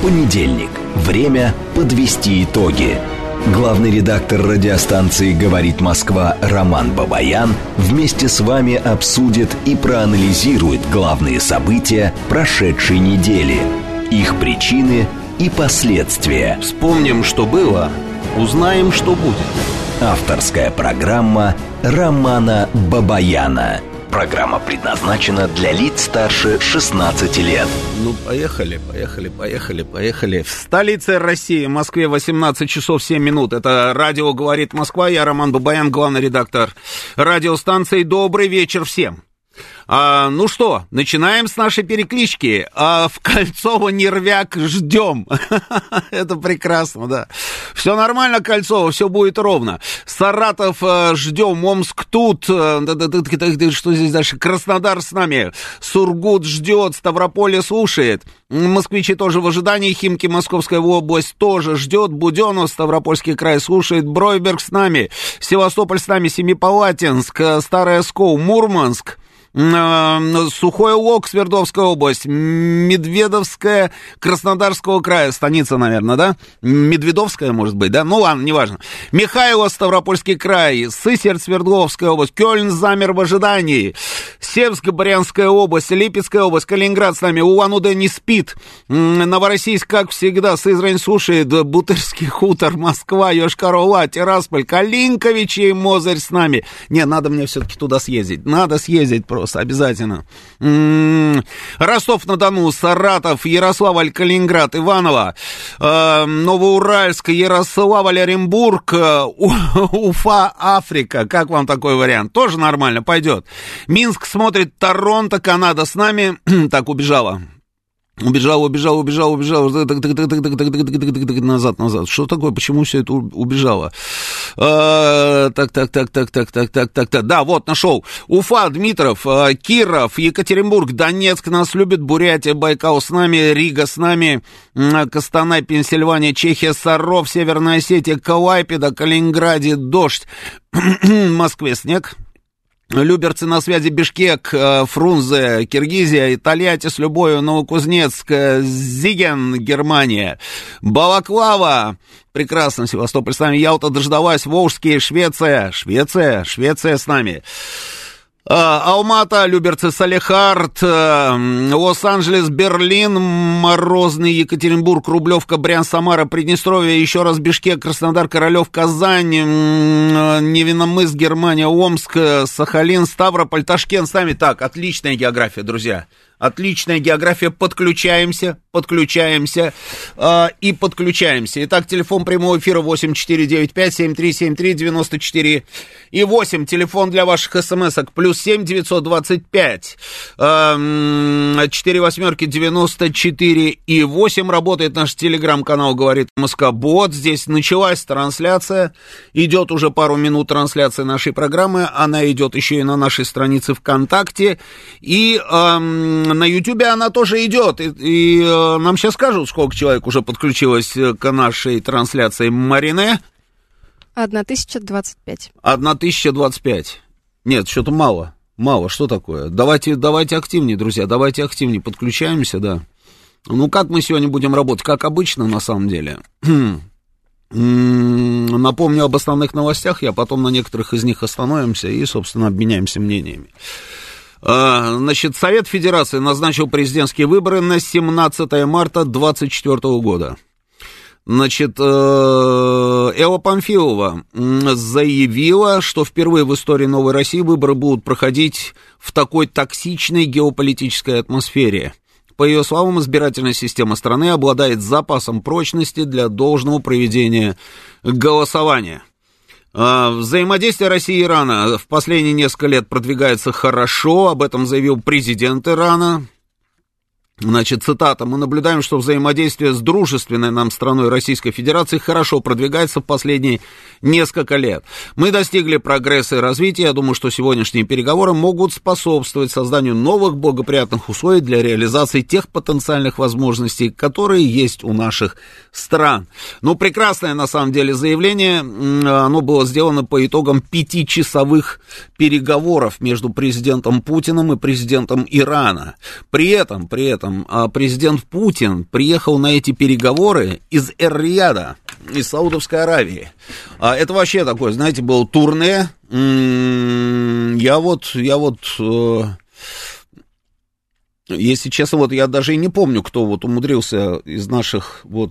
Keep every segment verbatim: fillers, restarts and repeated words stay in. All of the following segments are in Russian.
Понедельник. Время подвести итоги. Главный редактор радиостанции «Говорит Москва» Роман Бабаян вместе с вами обсудит и проанализирует главные события прошедшей недели, их причины и последствия. Вспомним, что было, узнаем, что будет. Авторская программа Романа Бабаяна. Программа предназначена для лиц старше шестнадцати лет. Ну, поехали, поехали, поехали, поехали. В столице России, в Москве, восемнадцать часов семь минут. Это радио «Говорит Москва». Я Роман Бабаян, главный редактор радиостанции. Добрый вечер всем. А, ну что, начинаем с нашей переклички. А, в Кольцово нервяк ждем. Это прекрасно, да. Все нормально, Кольцово, все будет ровно. Саратов ждем, Омск тут. Что здесь дальше? Краснодар с нами. Сургут ждет, Ставрополье слушает. Москвичи тоже в ожидании. Химки, Московская область тоже ждет. Буденов, Ставропольский край слушает. Бройберг с нами. Севастополь с нами. Семипалатинск, Старый Оскол, Мурманск. Сухой Лог, Свердловская область, Медведовская, Краснодарского края, станица, наверное, да? Медведовская, может быть, да? Ну ладно, неважно. Михайлов, Ставропольский край, Сысерть, Свердловская область, Кёльн замер в ожидании, Севск, Брянская область, Липецкая область, Калининград с нами, Улан-Удэ не спит, Новороссийск, как всегда, Сызрань слушает, Бутырский хутор, Москва, Йошкар-Ола, Тирасполь, Калинковичи и Мозырь с нами. Не, надо мне все-таки туда съездить, надо съездить просто. Обязательно. М-м-м. Ростов-на-Дону, Саратов, Ярославль, Калининград, Иваново, э, Новоуральск, Ярославль, Оренбург, э, Уфа, Африка. Как вам такой вариант? Тоже нормально, пойдет. Минск смотрит, Торонто, Канада с нами. Так, убежала. Убежал, убежал, убежал, убежал, назад, назад. Что такое? Почему все это убежало? Так, так, так, так, так, так, так, так, так. Да, вот, нашел. Уфа, Дмитров, Киров, Екатеринбург, Донецк нас любит, Бурятия, Байкал с нами, Рига с нами, Костанай, Пенсильвания, Чехия, Саров, Северная Осетия, Калайпеда, Калининграде, дождь, в Москве снег. Люберцы на связи, Бишкек, Фрунзе, Киргизия, Тольятти с любовью, Новокузнецк, Зиген, Германия, Балаклава, прекрасно, Севастополь с нами, Ялта дождалась, Волжские, Швеция, Швеция, Швеция с нами. Алмата, Люберцы, Салехард, Лос-Анджелес, Берлин, Морозный, Екатеринбург, Рублевка, Брянск, Самара, Приднестровье, еще раз Бишкек, Краснодар, Королев, Казань, Невинномысск, Германия, Омск, Сахалин, Ставрополь, Ташкент с нами. Так, отличная география, друзья. Отличная география, подключаемся, подключаемся э, и подключаемся. Итак, телефон прямого эфира восемь четыре девять пять семь три семь три девять четыре и восемь. Телефон для ваших смс-ок плюс семь девятьсот двадцать пять четыре восьмерки девяносто четыре и восемь. Работает наш телеграм-канал «Говорит Москва-бот». Здесь началась трансляция, идет уже пару минут трансляции нашей программы. Она идет еще и на нашей странице ВКонтакте и... Э, на Ютубе она тоже идет, и, и э, нам сейчас скажут, сколько человек уже подключилось к нашей трансляции. Марине? тысяча двадцать пять. тысяча двадцать пять. Нет, что-то мало, мало, что такое? Давайте, давайте активнее, друзья, давайте активнее подключаемся, да. Ну, как мы сегодня будем работать? Как обычно, на самом деле. Напомню об основных новостях, я потом на некоторых из них остановимся и, собственно, обменяемся мнениями. Значит, Совет Федерации назначил президентские выборы на семнадцатое марта две тысячи двадцать четвёртого года. Значит, Элла Памфилова заявила, что впервые в истории Новой России выборы будут проходить в такой токсичной геополитической атмосфере. По ее словам, избирательная система страны обладает запасом прочности для должного проведения голосования. Взаимодействие России и Ирана в последние несколько лет продвигается хорошо, об этом заявил президент Ирана. Значит, цитата: «Мы наблюдаем, что взаимодействие с дружественной нам страной Российской Федерации хорошо продвигается в последние несколько лет. Мы достигли прогресса и развития. Я думаю, что сегодняшние переговоры могут способствовать созданию новых благоприятных условий для реализации тех потенциальных возможностей, которые есть у наших стран». Ну, прекрасное, на самом деле, заявление. Оно было сделано по итогам пятичасовых переговоров между президентом Путиным и президентом Ирана. При этом, при этом, этом президент Путин приехал на эти переговоры из Эр-Рияда, из Саудовской Аравии. Это вообще такое, знаете, было турне. Я вот, я вот... Если честно, вот я даже и не помню, кто вот умудрился из наших вот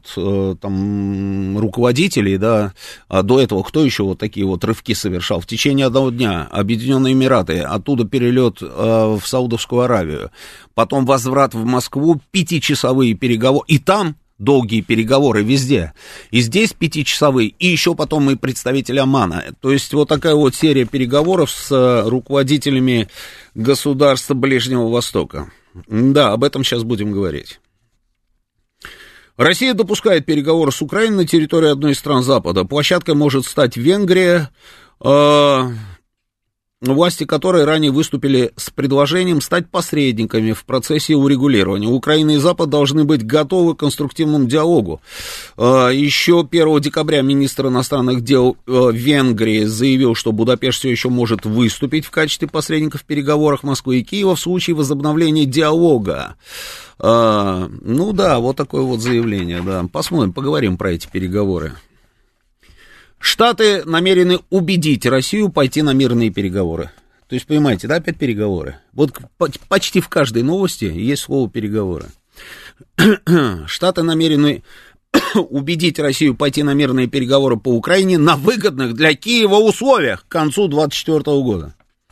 там руководителей, да, а до этого кто еще вот такие вот рывки совершал. В течение одного дня Объединенные Эмираты, оттуда перелет э, в Саудовскую Аравию, потом возврат в Москву, пятичасовые переговоры, и там долгие переговоры везде, и здесь пятичасовые, и еще потом и представитель Омана. То есть вот такая вот серия переговоров с руководителями государств Ближнего Востока. Да, об этом сейчас будем говорить. Россия допускает переговоры с Украиной на территории одной из стран Запада. Площадкой может стать Венгрия, э, власти которой ранее выступили с предложением стать посредниками в процессе урегулирования. Украина и Запад должны быть готовы к конструктивному диалогу. Еще первого декабря министр иностранных дел Венгрии заявил, что Будапешт все еще может выступить в качестве посредника в переговорах Москвы и Киева в случае возобновления диалога. Ну да, вот такое вот заявление, да. Посмотрим, поговорим про эти переговоры. Штаты намерены убедить Россию пойти на мирные переговоры. То есть, понимаете, да, опять переговоры. Вот почти в каждой новости есть слово «переговоры». Штаты намерены убедить Россию пойти на мирные переговоры по Украине на выгодных для Киева условиях к концу двадцать четвёртого года.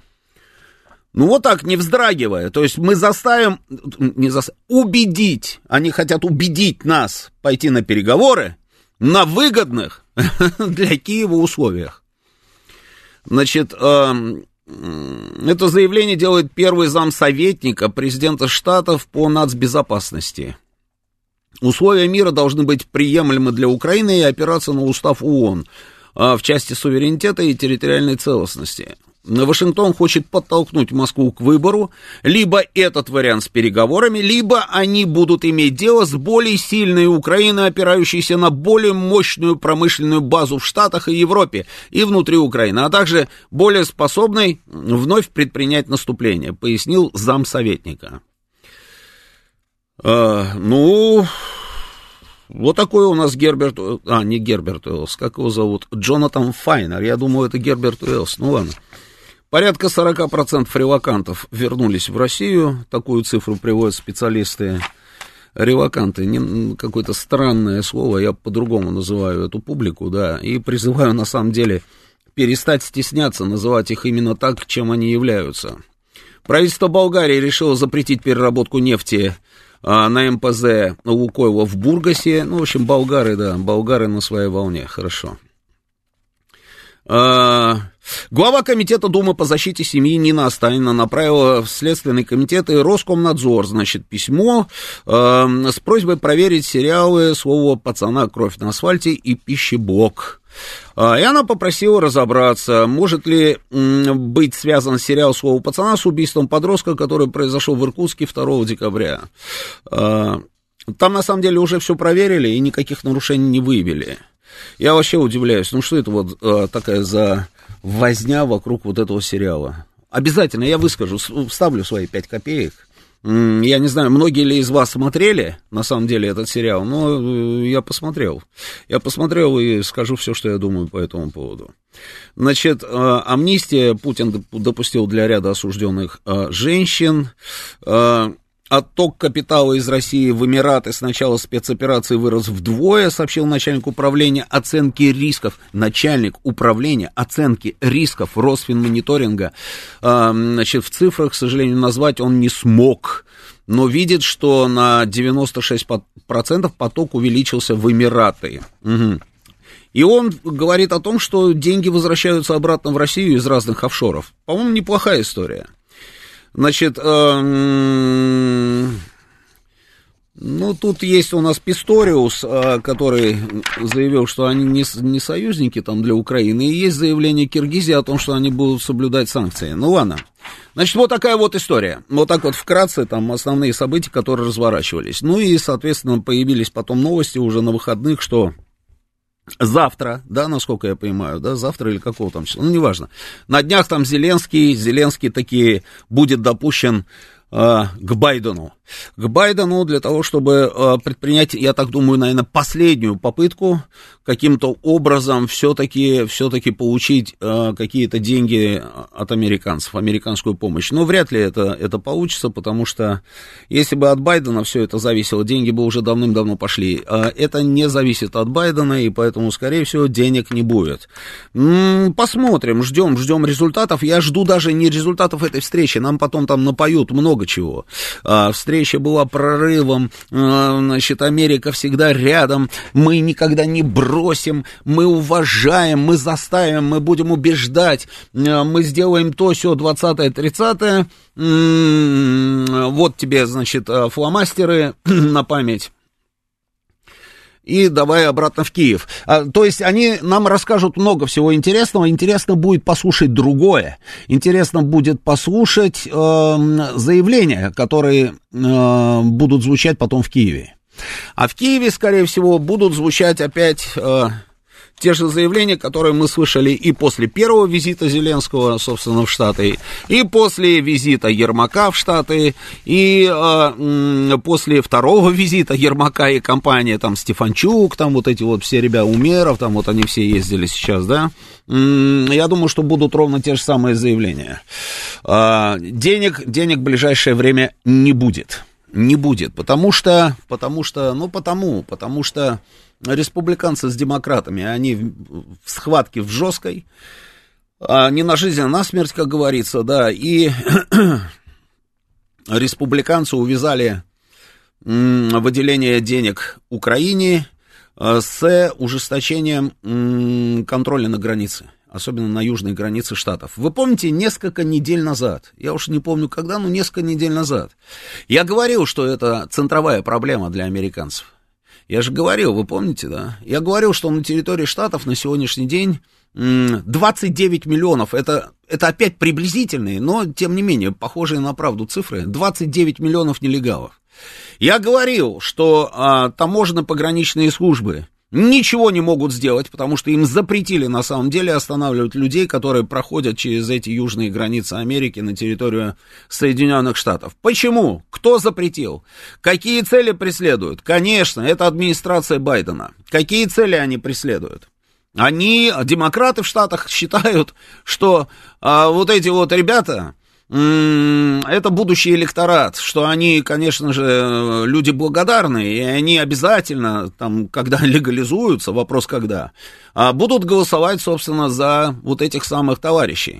Ну, вот так, не вздрагивая. То есть, мы заставим, не заставим, убедить, они хотят убедить нас пойти на переговоры на выгодных для Киева условиях. Значит, э, это заявление делает первый замсоветника президента Штатов по нацбезопасности. Условия мира должны быть приемлемы для Украины и опираться на устав ООН э, в части суверенитета и территориальной целостности. Вашингтон хочет подтолкнуть Москву к выбору, либо этот вариант с переговорами, либо они будут иметь дело с более сильной Украиной, опирающейся на более мощную промышленную базу в Штатах и Европе и внутри Украины, а также более способной вновь предпринять наступление, пояснил замсоветника. А, ну... Вот такой у нас Герберт... А, не Герберт Уэллс, как его зовут? Джонатан Файнер. Я думаю, это Герберт Уэллс. Ну ладно. Порядка сорок процентов релокантов вернулись в Россию. Такую цифру приводят специалисты. Релоканты, не, какое-то странное слово, я по-другому называю эту публику, да, и призываю на самом деле перестать стесняться, называть их именно так, чем они являются. Правительство Болгарии решило запретить переработку нефти а, на эм пэ зэ Лукойла в Бургасе. Ну, в общем, болгары, да, болгары на своей волне, хорошо. А, глава комитета Думы по защите семьи Нина Останина направила в Следственный комитет и Роскомнадзор, значит, письмо а, с просьбой проверить сериалы «Слово пацана», «Кровь на асфальте» и «Пищеблок». И она попросила разобраться, может ли быть связан сериал «Слово пацана» с убийством подростка, который произошел в Иркутске второго декабря. Там, на самом деле, уже все проверили и никаких нарушений не выявили. Я вообще удивляюсь, ну что это вот такая за возня вокруг вот этого сериала? Обязательно я выскажу, вставлю свои пять копеек. Я не знаю, многие ли из вас смотрели, на самом деле, этот сериал, но я посмотрел. Я посмотрел и скажу все, что я думаю по этому поводу. Значит, амнистия Путин допустил для ряда осужденных женщин. Отток капитала из России в Эмираты с начала спецоперации вырос вдвое, сообщил начальник управления оценки рисков, начальник управления оценки рисков Росфинмониторинга. Значит, в цифрах, к сожалению, назвать он не смог, но видит, что на девяносто шесть процентов поток увеличился в Эмираты. Угу. И он говорит о том, что деньги возвращаются обратно в Россию из разных офшоров. По-моему, неплохая история. Значит, э, ну, тут есть у нас Писториус, э, который заявил, что они не, не союзники там для Украины, и есть заявление Киргизии о том, что они будут соблюдать санкции. Ну, ладно. Значит, вот такая вот история. Вот так вот вкратце там основные события, которые разворачивались. Ну, и, соответственно, появились потом новости уже на выходных, что... Завтра, да, насколько я понимаю, да, завтра или какого там числа, ну, неважно. На днях там Зеленский, Зеленский таки будет допущен к Байдену. К Байдену для того, чтобы предпринять, я так думаю, наверное, последнюю попытку каким-то образом все-таки, все-таки получить какие-то деньги от американцев, американскую помощь. Но вряд ли это, это получится, потому что если бы от Байдена все это зависело, деньги бы уже давным-давно пошли. Это не зависит от Байдена, и поэтому, скорее всего, денег не будет. Посмотрим, ждем, ждем результатов. Я жду даже не результатов этой встречи, нам потом там напоют много чего. Встреча была прорывом, значит, Америка всегда рядом, мы никогда не бросим, мы уважаем, мы заставим, мы будем убеждать, мы сделаем то, сё, двадцатое, тридцатое, вот тебе, значит, фломастеры на память. И давай обратно в Киев. А, то есть они нам расскажут много всего интересного. Интересно будет послушать другое. Интересно будет послушать э, заявления, которые э, будут звучать потом в Киеве. А в Киеве, скорее всего, будут звучать опять... Э, те же заявления, которые мы слышали и после первого визита Зеленского, собственно, в Штаты, и после визита Ермака в Штаты, и э, после второго визита Ермака и компания, там, Стефанчук, там, вот эти вот все ребята, Умеров, там, вот они все ездили сейчас, да, я думаю, что будут ровно те же самые заявления. Э, денег, денег в ближайшее время не будет, не будет, потому что, потому что, ну, потому, потому что республиканцы с демократами, они в схватке в жесткой, не на жизнь, а на смерть, как говорится, да, и республиканцы увязали выделение денег Украине с ужесточением контроля на границе, особенно на южной границе штатов. Вы помните, несколько недель назад, я уж не помню когда, но несколько недель назад, я говорил, что это центровая проблема для американцев. Я же говорил, вы помните, да? Я говорил, что на территории штатов на сегодняшний день двадцать девять миллионов, это, это опять приблизительные, но, тем не менее, похожие на правду цифры, двадцать девять миллионов нелегалов. Я говорил, что а, таможенно-пограничные службы ничего не могут сделать, потому что им запретили, на самом деле, останавливать людей, которые проходят через эти южные границы Америки на территорию Соединенных Штатов. Почему? Кто запретил? Какие цели преследуют? Конечно, это администрация Байдена. Какие цели они преследуют? Они, демократы в Штатах, считают, что а, вот эти вот ребята... это будущий электорат, что они, конечно же, люди благодарные, и они обязательно, там, когда легализуются, вопрос когда, будут голосовать, собственно, за вот этих самых товарищей.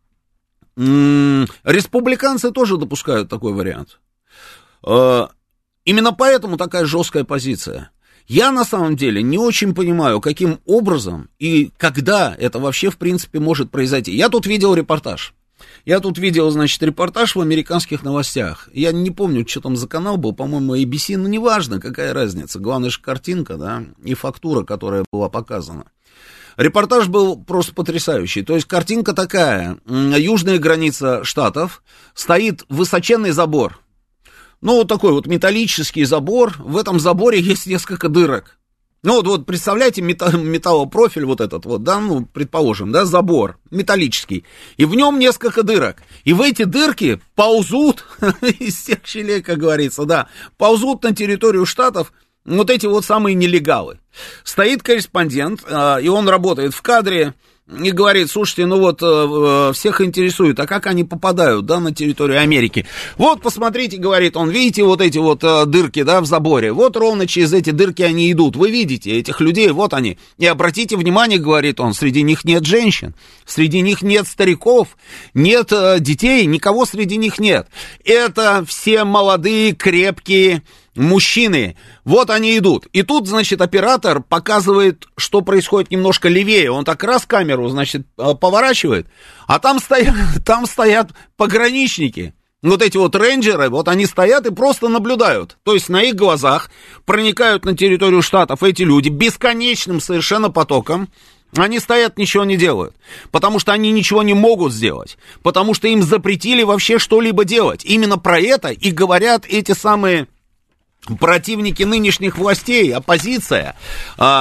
Республиканцы тоже допускают такой вариант. Именно поэтому такая жесткая позиция. Я, на самом деле, не очень понимаю, каким образом и когда это вообще, в принципе, может произойти. Я тут видел репортаж. Я тут видел, значит, репортаж в американских новостях. Я не помню, что там за канал был, по-моему, эй би си, но неважно, какая разница. Главное же картинка, да, и фактура, которая была показана. Репортаж был просто потрясающий. То есть картинка такая. Южная граница штатов, стоит высоченный забор. Ну, вот такой вот металлический забор. В этом заборе есть несколько дырок. Ну, вот, вот представляете, металл, металлопрофиль вот этот вот, да, ну, предположим, да, забор металлический, и в нем несколько дырок, и в эти дырки ползут, из всех щелей, как говорится, да, ползут на территорию штатов вот эти вот самые нелегалы. Стоит корреспондент, и он работает в кадре, и говорит: слушайте, ну вот э, всех интересует, а как они попадают, да, на территорию Америки? Вот, посмотрите, говорит он, видите вот эти вот э, дырки, да, в заборе? Вот ровно через эти дырки они идут. Вы видите этих людей, вот они. И обратите внимание, говорит он, среди них нет женщин, среди них нет стариков, нет э, детей, никого среди них нет. Это все молодые, крепкие мужчины, вот они идут. И тут, значит, оператор показывает, что происходит немножко левее. Он так раз камеру, значит, поворачивает, а там стоят, там стоят пограничники. Вот эти вот рейнджеры, вот они стоят и просто наблюдают. То есть на их глазах проникают на территорию штатов эти люди бесконечным совершенно потоком. Они стоят, ничего не делают, потому что они ничего не могут сделать, потому что им запретили вообще что-либо делать. Именно про это и говорят эти самые... противники нынешних властей, оппозиция, а,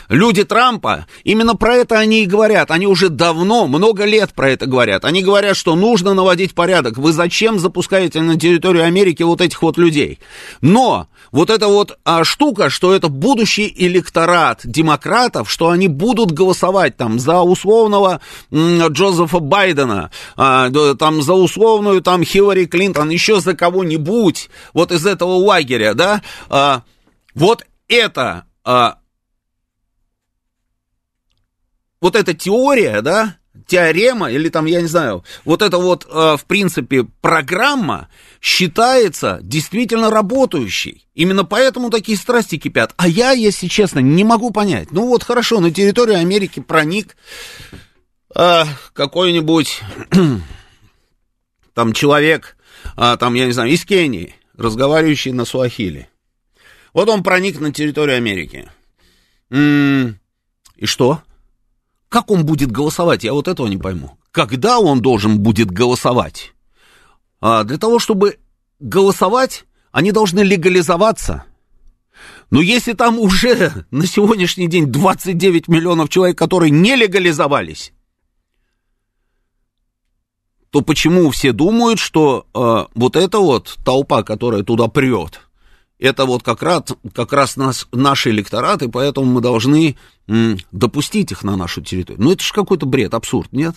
Люди Трампа, именно про это они и говорят. Они уже давно, много лет про это говорят. Они говорят, что нужно наводить порядок. Вы зачем запускаете на территорию Америки вот этих вот людей? Но вот эта вот а, штука, что это будущий электорат демократов, что они будут голосовать там за условного м, Джозефа Байдена, а, там за условную там Хиллари Клинтон, еще за кого-нибудь вот из этого лагеря, да, а, вот это... А, Вот эта теория, да, теорема, или там, я не знаю, вот эта вот, э, в принципе, программа считается действительно работающей. Именно поэтому такие страсти кипят. А я, если честно, не могу понять. Ну вот хорошо, на территорию Америки проник э, какой-нибудь там человек, э, там, я не знаю, из Кении, разговаривающий на суахили. Вот он проник на территорию Америки. М-м- и что? Как он будет голосовать? Я вот этого не пойму. Когда он должен будет голосовать? А для того, чтобы голосовать, они должны легализоваться. Но если там уже на сегодняшний день двадцать девять миллионов человек, которые не легализовались, то почему все думают, что э, вот эта вот толпа, которая туда прет, это вот как раз, как раз нас, наш электорат, и поэтому мы должны м, допустить их на нашу территорию. Ну, это же какой-то бред, абсурд, нет?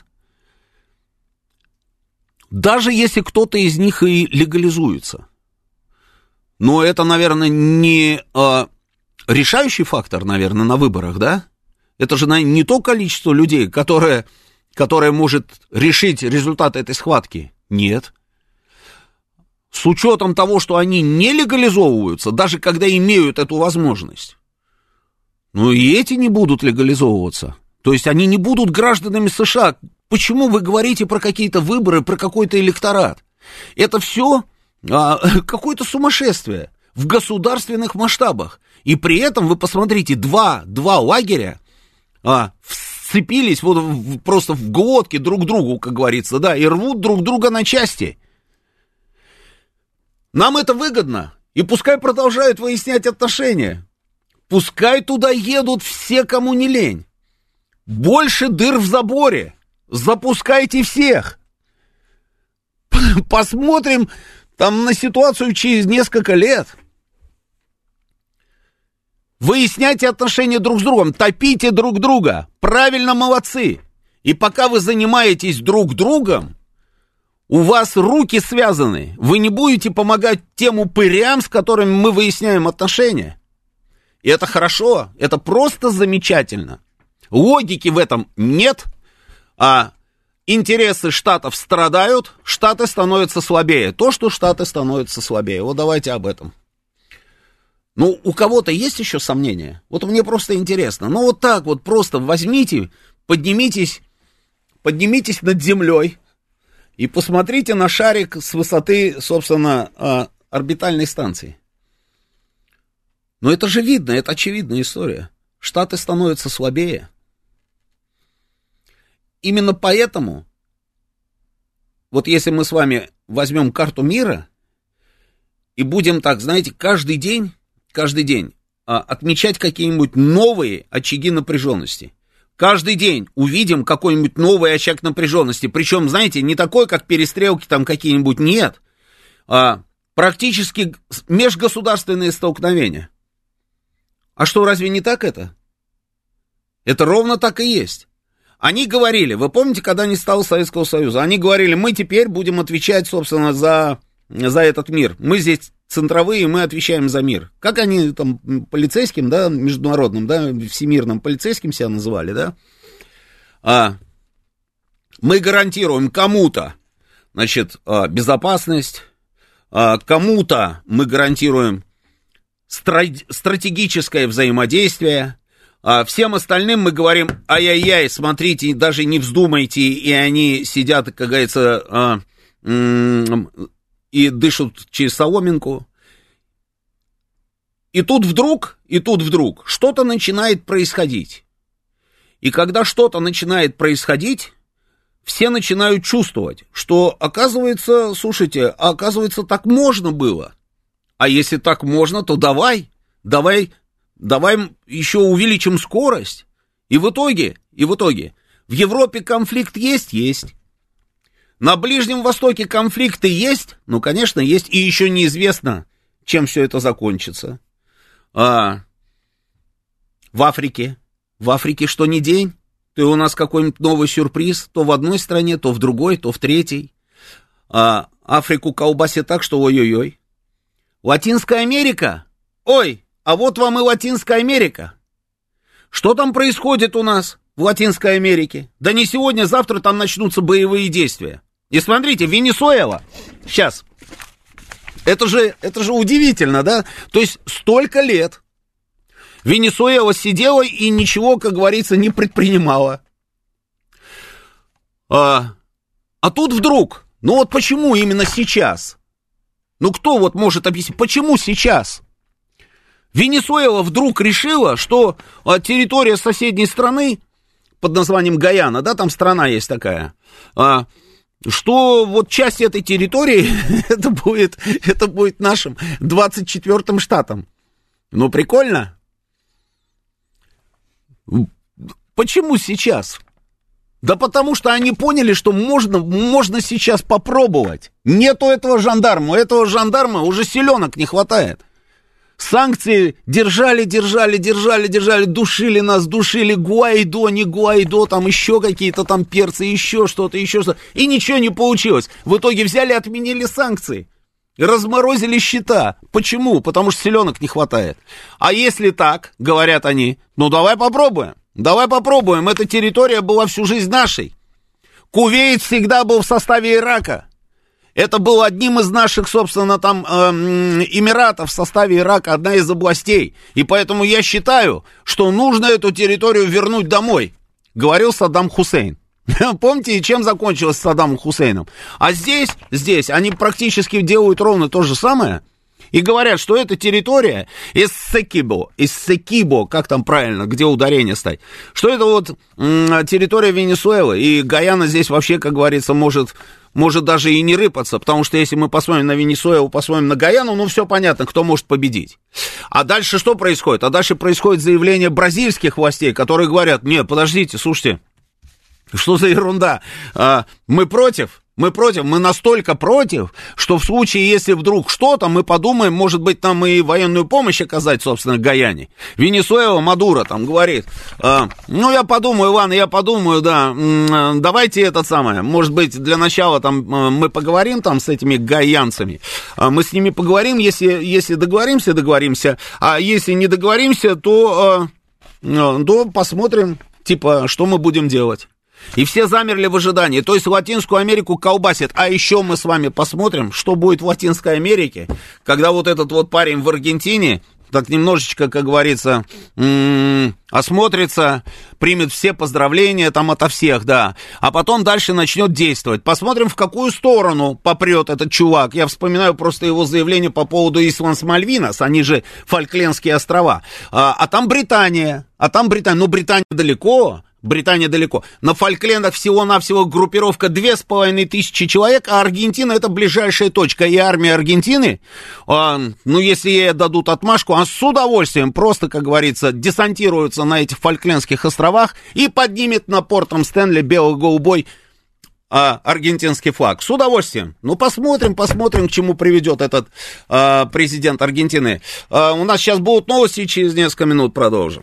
Даже если кто-то из них и легализуется. Но это, наверное, не а, решающий фактор, наверное, на выборах, да? Это же наверное, не то количество людей, которое, которое может решить результат этой схватки. Нет. С учетом того, что они не легализовываются, даже когда имеют эту возможность, ну и эти не будут легализовываться. То есть они не будут гражданами США. Почему вы говорите про какие-то выборы, про какой-то электорат? Это все а, какое-то сумасшествие в государственных масштабах. И при этом, вы посмотрите, два, два лагеря а, вцепились вот в, просто в глотки друг другу, как говорится, да, и рвут друг друга на части. Нам это выгодно, и пускай продолжают выяснять отношения. Пускай туда едут все, кому не лень. Больше дыр в заборе. Запускайте всех. Посмотрим там на ситуацию через несколько лет. Выясняйте отношения друг с другом, топите друг друга. Правильно, молодцы. И пока вы занимаетесь друг другом, у вас руки связаны. Вы не будете помогать тем упырям, с которыми мы выясняем отношения. И это хорошо, это просто замечательно. Логики в этом нет, а интересы штатов страдают, штаты становятся слабее. То, что штаты становятся слабее. Вот давайте об этом. Ну, у кого-то есть еще сомнения? Вот мне просто интересно. Ну, вот так вот просто возьмите, поднимитесь, поднимитесь над землей и посмотрите на шарик с высоты, собственно, орбитальной станции. Но это же видно, это очевидная история. Штаты становятся слабее. Именно поэтому, вот если мы с вами возьмем карту мира и будем так, знаете, каждый день, каждый день а, отмечать какие-нибудь новые очаги напряженности. Каждый день увидим какой-нибудь новый очаг напряженности. Причем, знаете, не такой, как перестрелки там какие-нибудь, нет. А, практически межгосударственные столкновения. А что, разве не так это? Это ровно так и есть. Они говорили, вы помните, когда не стало Советского Союза, они говорили, мы теперь будем отвечать, собственно, за, за этот мир. Мы здесь центровые, мы отвечаем за мир. Как они там полицейским, да, международным, да, всемирным полицейским себя называли, да? А, мы гарантируем кому-то, значит, безопасность, а, кому-то мы гарантируем стратегическое взаимодействие, а всем остальным мы говорим, ай-яй-яй, смотрите, даже не вздумайте, и они сидят, как говорится, а, м- и дышат через соломинку. И тут вдруг, и тут вдруг что-то начинает происходить. И когда что-то начинает происходить, все начинают чувствовать, что оказывается, слушайте, оказывается, так можно было. А если так можно, то давай, давай давай еще увеличим скорость. И в итоге, и в итоге, в Европе конфликт есть? Есть. На Ближнем Востоке конфликты есть? Ну, конечно, есть. И еще неизвестно, чем все это закончится. А, в Африке. В Африке что ни день, то у нас какой-нибудь новый сюрприз. То в одной стране, то в другой, то в третьей. А, Африку колбасит так, что ой-ой-ой. Латинская Америка? Ой, а вот вам и Латинская Америка. Что там происходит у нас в Латинской Америке? Да не сегодня, завтра там начнутся боевые действия. И смотрите, Венесуэла. Сейчас. Это же, это же удивительно, да? То есть столько лет Венесуэла сидела и ничего, как говорится, не предпринимала. А, а тут вдруг, ну вот почему именно сейчас? Ну кто вот может объяснить, почему сейчас? Венесуэла вдруг решила, что а, территория соседней страны под названием Гаяна, да, там страна есть такая, а, что вот часть этой территории это будет, это будет нашим двадцать четвёртым штатом. Ну, прикольно. Почему сейчас? Да потому что они поняли, что можно, можно сейчас попробовать. Нету этого жандарма, у этого жандарма уже селенок не хватает. Санкции держали, держали, держали, держали, душили нас, душили, Гуайдо, не Гуайдо, там еще какие-то там перцы, еще что-то, еще что-то. И ничего не получилось. В итоге взяли, отменили санкции, разморозили счета. Почему? Потому что селенок не хватает. А если так, говорят они, ну давай попробуем, давай попробуем. Эта территория была всю жизнь нашей. Кувейт всегда был в составе Ирака. Это был одним из наших, собственно, там, э, эмиратов в составе Ирака, одна из областей. И поэтому я считаю, что нужно эту территорию вернуть домой, говорил Саддам Хусейн. Помните, чем закончилось с Саддамом Хусейном? А здесь, здесь они практически делают ровно то же самое. И говорят, что эта территория Эссекибо, Эссекибо, как там правильно, где ударение ставить, что это вот м, территория Венесуэлы, и Гаяна здесь вообще, как говорится, может, может даже и не рыпаться, потому что если мы посмотрим на Венесуэлу, посмотрим на Гаяну, ну все понятно, кто может победить. А дальше что происходит? А дальше происходит заявление бразильских властей, которые говорят, нет, подождите, слушайте, что за ерунда, а, мы против. Мы против, мы настолько против, что в случае, если вдруг что-то, мы подумаем, может быть, там и военную помощь оказать, собственно, Гаяне. Венесуэла, Мадуро там говорит, э, ну, я подумаю, ладно, я подумаю, да, э, давайте это самое, может быть, для начала там э, мы поговорим там с этими гаянцами, э, мы с ними поговорим, если, если договоримся, договоримся, а если не договоримся, то, э, э, то посмотрим, типа, что мы будем делать. И все замерли в ожидании, то есть Латинскую Америку колбасит. А еще мы с вами посмотрим, что будет в Латинской Америке, когда вот этот вот парень в Аргентине так немножечко, как говорится, м-м, осмотрится, примет все поздравления там ото всех, да, а потом дальше начнет действовать. Посмотрим, в какую сторону попрет этот чувак. Я вспоминаю просто его заявление по поводу Исландс-Мальвинас, они же Фолклендские острова, а, а там Британия, а там Британия, ну Британия далеко. Британия далеко. На Фолклендах всего-навсего группировка две с половиной тысячи человек, а Аргентина это ближайшая точка. И армия Аргентины, э, ну, если ей дадут отмашку, она с удовольствием просто, как говорится, десантируется на этих Фолклендских островах и поднимет на Портом Стэнли бело-голубой э, аргентинский флаг. С удовольствием. Ну, посмотрим, посмотрим, к чему приведет этот э, президент Аргентины. Э, у нас сейчас будут новости, и через несколько минут продолжим.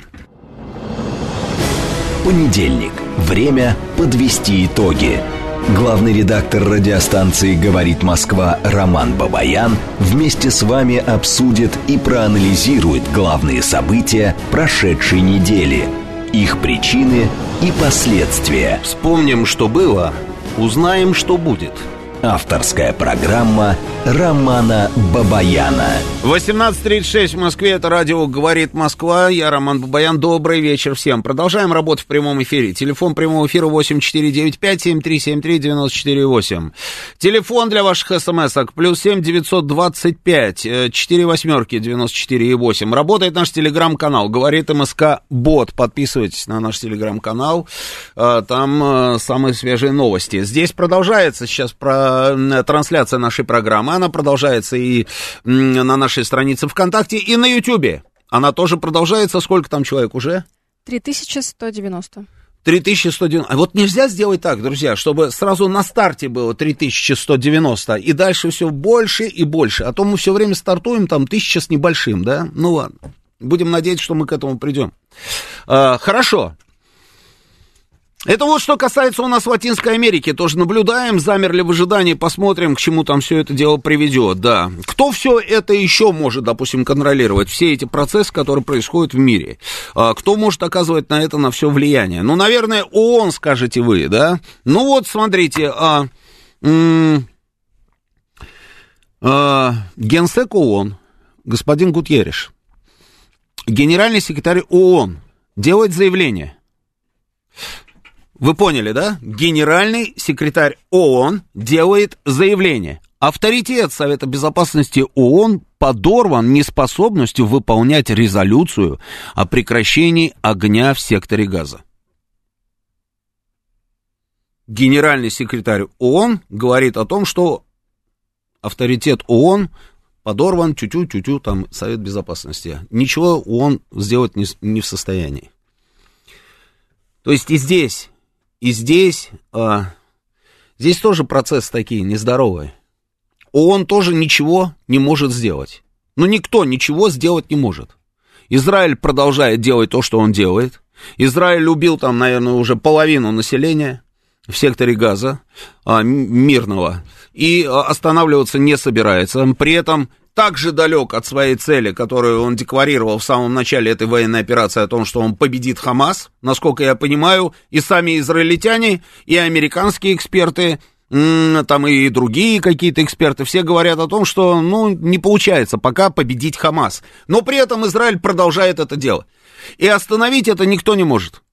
Понедельник. Время подвести итоги. Главный редактор радиостанции «Говорит Москва» Роман Бабаян вместе с вами обсудит и проанализирует главные события прошедшей недели, их причины и последствия. Вспомним, что было, узнаем, что будет. Авторская программа Романа Бабаяна. восемнадцать тридцать шесть в Москве, это радио «Говорит Москва». Я Роман Бабаян, добрый вечер всем. Продолжаем работу в прямом эфире. Телефон прямого эфира восемь четыре девять пять семь три семь три девять четыре восемь. Телефон для ваших смс-ок плюс семь девятьсот двадцать пять четыре восьмерки девяносто четыре восемь. Работает наш телеграм-канал «Говорит МСК Бот». Подписывайтесь на наш телеграм-канал, там самые свежие новости. Здесь продолжается сейчас про трансляция нашей программы. Она продолжается и на нашей странице ВКонтакте, и на Ютьюбе. Она тоже продолжается. Сколько там человек уже? три тысячи сто девяносто. три тысячи сто девяносто. А вот нельзя сделать так, друзья, чтобы сразу на старте было три тысячи сто девяносто, и дальше все больше и больше. А то мы все время стартуем там тысяча с небольшим, да? Ну ладно. Будем надеяться, что мы к этому придем. А, хорошо. Это вот что касается у нас Латинской Америки. Тоже наблюдаем, замерли в ожидании, посмотрим, к чему там все это дело приведет, да. Кто все это еще может, допустим, контролировать? Все эти процессы, которые происходят в мире. А, кто может оказывать на это на все влияние? Ну, наверное, ООН, скажете вы, да? Ну вот, смотрите, а, м- а, генсек ООН, господин Гутьерреш, генеральный секретарь ООН, делает заявление. Вы поняли, да? Генеральный секретарь ООН делает заявление. Авторитет Совета Безопасности ООН подорван неспособностью выполнять резолюцию о прекращении огня в секторе Газа. Генеральный секретарь ООН говорит о том, что авторитет ООН подорван, тю-тю, тю-тю, там Совет Безопасности. Ничего ООН сделать не, не в состоянии. То есть и здесь... И здесь, а, здесь тоже процессы такие нездоровые. ООН тоже ничего не может сделать. Ну, никто ничего сделать не может. Израиль продолжает делать то, что он делает. Израиль убил там, наверное, уже половину населения в секторе Газа, а, мирного, и останавливаться не собирается. При этом так же далек от своей цели, которую он декларировал в самом начале этой военной операции, о том, что он победит Хамас, насколько я понимаю, и сами израильтяне, и американские эксперты, там и другие какие-то эксперты, все говорят о том, что, ну, не получается пока победить Хамас. Но при этом Израиль продолжает это дело. И остановить это никто не может.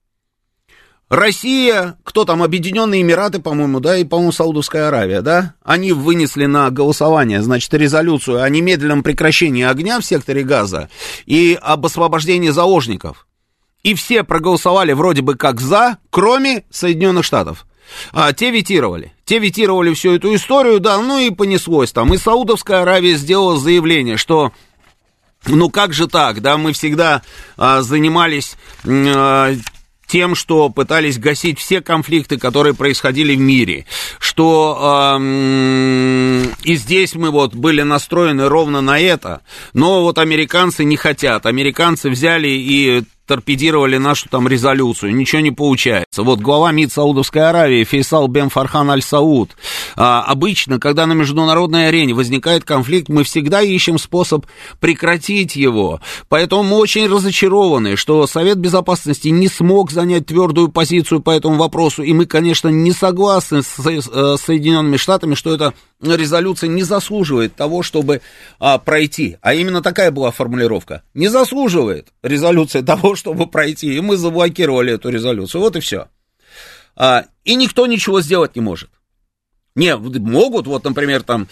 Россия, кто там, Объединенные Эмираты, по-моему, да, и, по-моему, Саудовская Аравия, да, они вынесли на голосование, значит, резолюцию о немедленном прекращении огня в секторе Газа и об освобождении заложников. И все проголосовали вроде бы как за, кроме Соединенных Штатов. А, те ветировали. Те ветировали всю эту историю, да, ну и понеслось там. И Саудовская Аравия сделала заявление, что... Ну как же так, да, мы всегда а, занимались... А, тем, что пытались гасить все конфликты, которые происходили в мире, что э, и здесь мы вот были настроены ровно на это, но вот американцы не хотят, американцы взяли и торпедировали нашу там резолюцию, ничего не получается. Вот глава МИД Саудовской Аравии Фейсал бен Фархан аль-Сауд. А, обычно, когда на международной арене возникает конфликт, мы всегда ищем способ прекратить его. Поэтому мы очень разочарованы, что Совет Безопасности не смог занять твердую позицию по этому вопросу, и мы, конечно, не согласны с, с Соединенными Штатами, что эта резолюция не заслуживает того, чтобы а, пройти. А именно такая была формулировка. Не заслуживает резолюция того, чтобы пройти. И мы заблокировали эту резолюцию. Вот и все. А, и никто ничего сделать не может. Не, могут, вот, например, там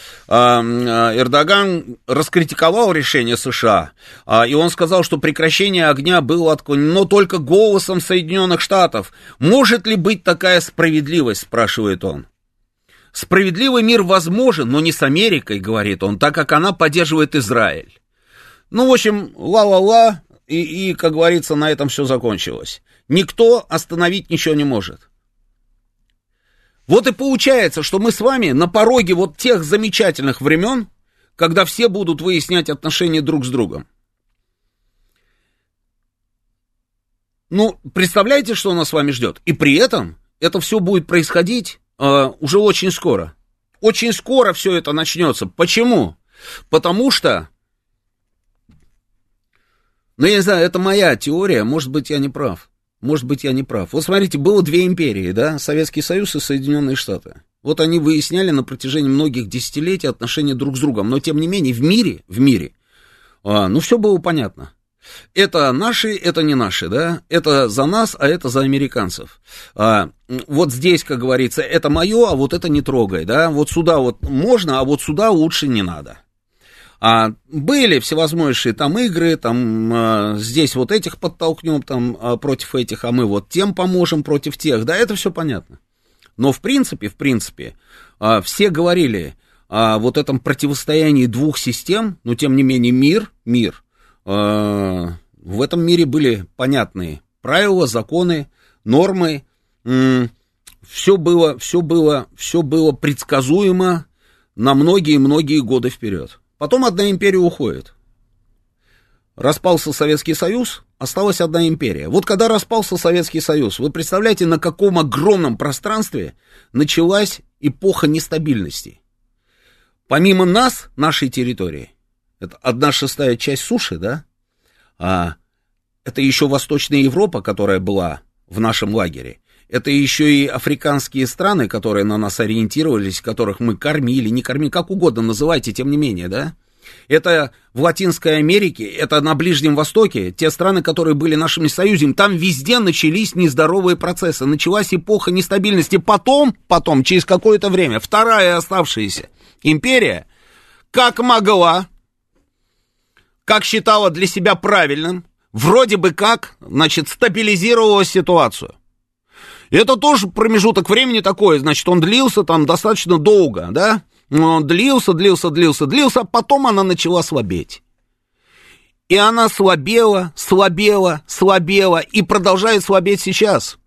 Эрдоган раскритиковал решение США, и он сказал, что прекращение огня было отклонено только голосом Соединенных Штатов. Может ли быть такая справедливость, спрашивает он. Справедливый мир возможен, но не с Америкой, говорит он, так как она поддерживает Израиль. Ну, в общем, ла-ла-ла, и, и, как говорится, на этом все закончилось. Никто остановить ничего не может. Вот и получается, что мы с вами на пороге вот тех замечательных времен, когда все будут выяснять отношения друг с другом. Ну, представляете, что нас с вами ждет? И при этом это все будет происходить э, уже очень скоро. Очень скоро все это начнется. Почему? Потому что, ну, я не знаю, это моя теория, может быть, я не прав. Может быть, я не прав. Вот смотрите, было две империи, да, Советский Союз и Соединенные Штаты. Вот они выясняли на протяжении многих десятилетий отношения друг с другом. Но, тем не менее, в мире, в мире, а, ну, все было понятно. Это наши, это не наши, да, это за нас, а это за американцев. А, вот здесь, как говорится, это мое, а вот это не трогай, да, вот сюда вот можно, а вот сюда лучше не надо. А были всевозможные там игры, там а, здесь вот этих подтолкнем там а, против этих, а мы вот тем поможем против тех, да, это все понятно. Но в принципе, в принципе, а, все говорили о вот этом противостоянии двух систем, но тем не менее мир, мир в этом мире были понятные правила, законы, нормы, все было, все было, все было предсказуемо на многие-многие годы вперед. Потом одна империя уходит. Распался Советский Союз, осталась одна империя. Вот когда распался Советский Союз, вы представляете, на каком огромном пространстве началась эпоха нестабильности. Помимо нас, нашей территории, это одна шестая часть суши, да, а это еще Восточная Европа, которая была в нашем лагере, это еще и африканские страны, которые на нас ориентировались, которых мы кормили, не кормили, как угодно называйте, тем не менее, да. Это в Латинской Америке, это на Ближнем Востоке, те страны, которые были нашими союзниками, там везде начались нездоровые процессы, началась эпоха нестабильности. Потом, потом, через какое-то время, вторая оставшаяся империя, как могла, как считала для себя правильным, вроде бы как, значит, стабилизировала ситуацию. И это тоже промежуток времени такой, значит, он длился там достаточно долго, да, он длился, длился, длился, длился, а потом она начала слабеть. И она слабела, слабела, слабела и продолжает слабеть сейчас.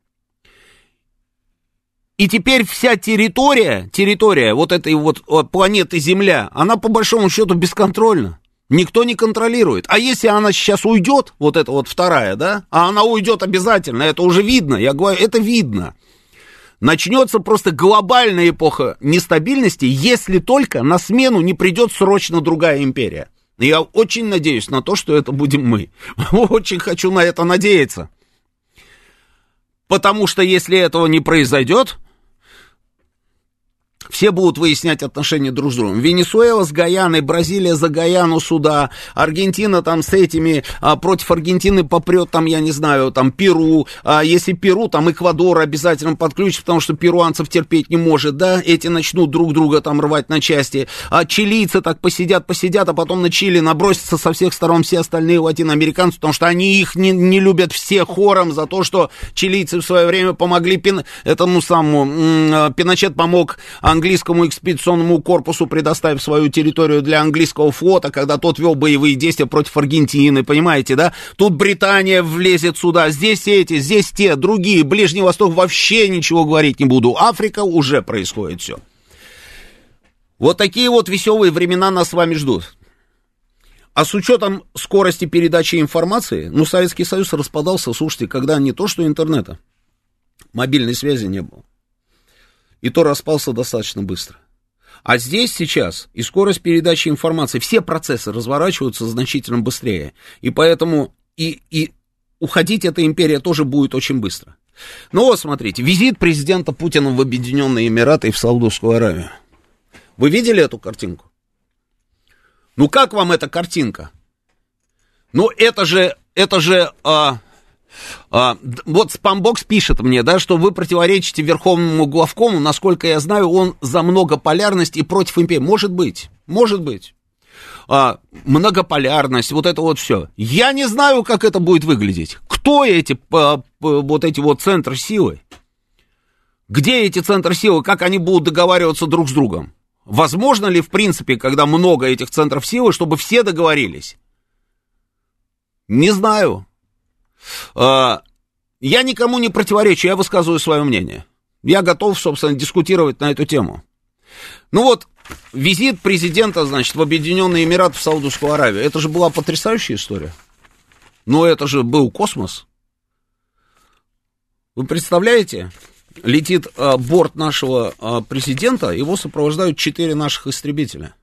И теперь вся территория, территория вот этой вот планеты Земля, она по большому счету бесконтрольна. Никто не контролирует. А если она сейчас уйдет, вот эта вот вторая, да, а она уйдет обязательно, это уже видно, я говорю, это видно. Начнется просто глобальная эпоха нестабильности, если только на смену не придет срочно другая империя. Я очень надеюсь на то, что это будем мы. Очень хочу на это надеяться. Потому что если этого не произойдет, все будут выяснять отношения друг с другом. Венесуэла с Гаяной, Бразилия за Гаяну сюда, Аргентина там с этими, а, против Аргентины попрет там, я не знаю, там Перу, а если Перу, там Эквадор обязательно подключит, потому что перуанцев терпеть не может, да, эти начнут друг друга там рвать на части, а чилийцы так посидят, посидят, а потом на Чили набросятся со всех сторон все остальные латиноамериканцы, потому что они их не, не любят все хором за то, что чилийцы в свое время помогли Пин, этому самому, Пиночет помог английскому экспедиционному корпусу, предоставив свою территорию для английского флота, когда тот вел боевые действия против Аргентины, понимаете, да? Тут Британия влезет сюда, здесь эти, здесь те, другие, Ближний Восток, вообще ничего говорить не буду. Африка, уже происходит все. Вот такие вот веселые времена нас с вами ждут. А с учетом скорости передачи информации, ну, Советский Союз распадался, слушайте, когда не то что интернета, мобильной связи не было. И то распался достаточно быстро. А здесь сейчас и скорость передачи информации, все процессы разворачиваются значительно быстрее. И поэтому и, и уходить эта империя тоже будет очень быстро. Ну вот, смотрите, визит президента Путина в Объединенные Эмираты и в Саудовскую Аравию. Вы видели эту картинку? Ну как вам эта картинка? Ну это же, это же... А, А, вот Спамбокс пишет мне, да, что вы противоречите Верховному главкому, насколько я знаю, он за многополярность и против империи. Может быть, может быть. А, многополярность, вот это вот все. Я не знаю, как это будет выглядеть. Кто эти, а, вот эти вот центры силы? Где эти центры силы, как они будут договариваться друг с другом? Возможно ли, в принципе, когда много этих центров силы, чтобы все договорились? Не знаю. Я никому не противоречу, я высказываю свое мнение. Я готов, собственно, дискутировать на эту тему. Ну вот, визит президента, значит, в Объединенные Эмираты, в Саудовскую Аравию. Это же была потрясающая история. Но это же был космос. Вы представляете, летит а, борт нашего а, президента, его сопровождают четыре наших истребителя.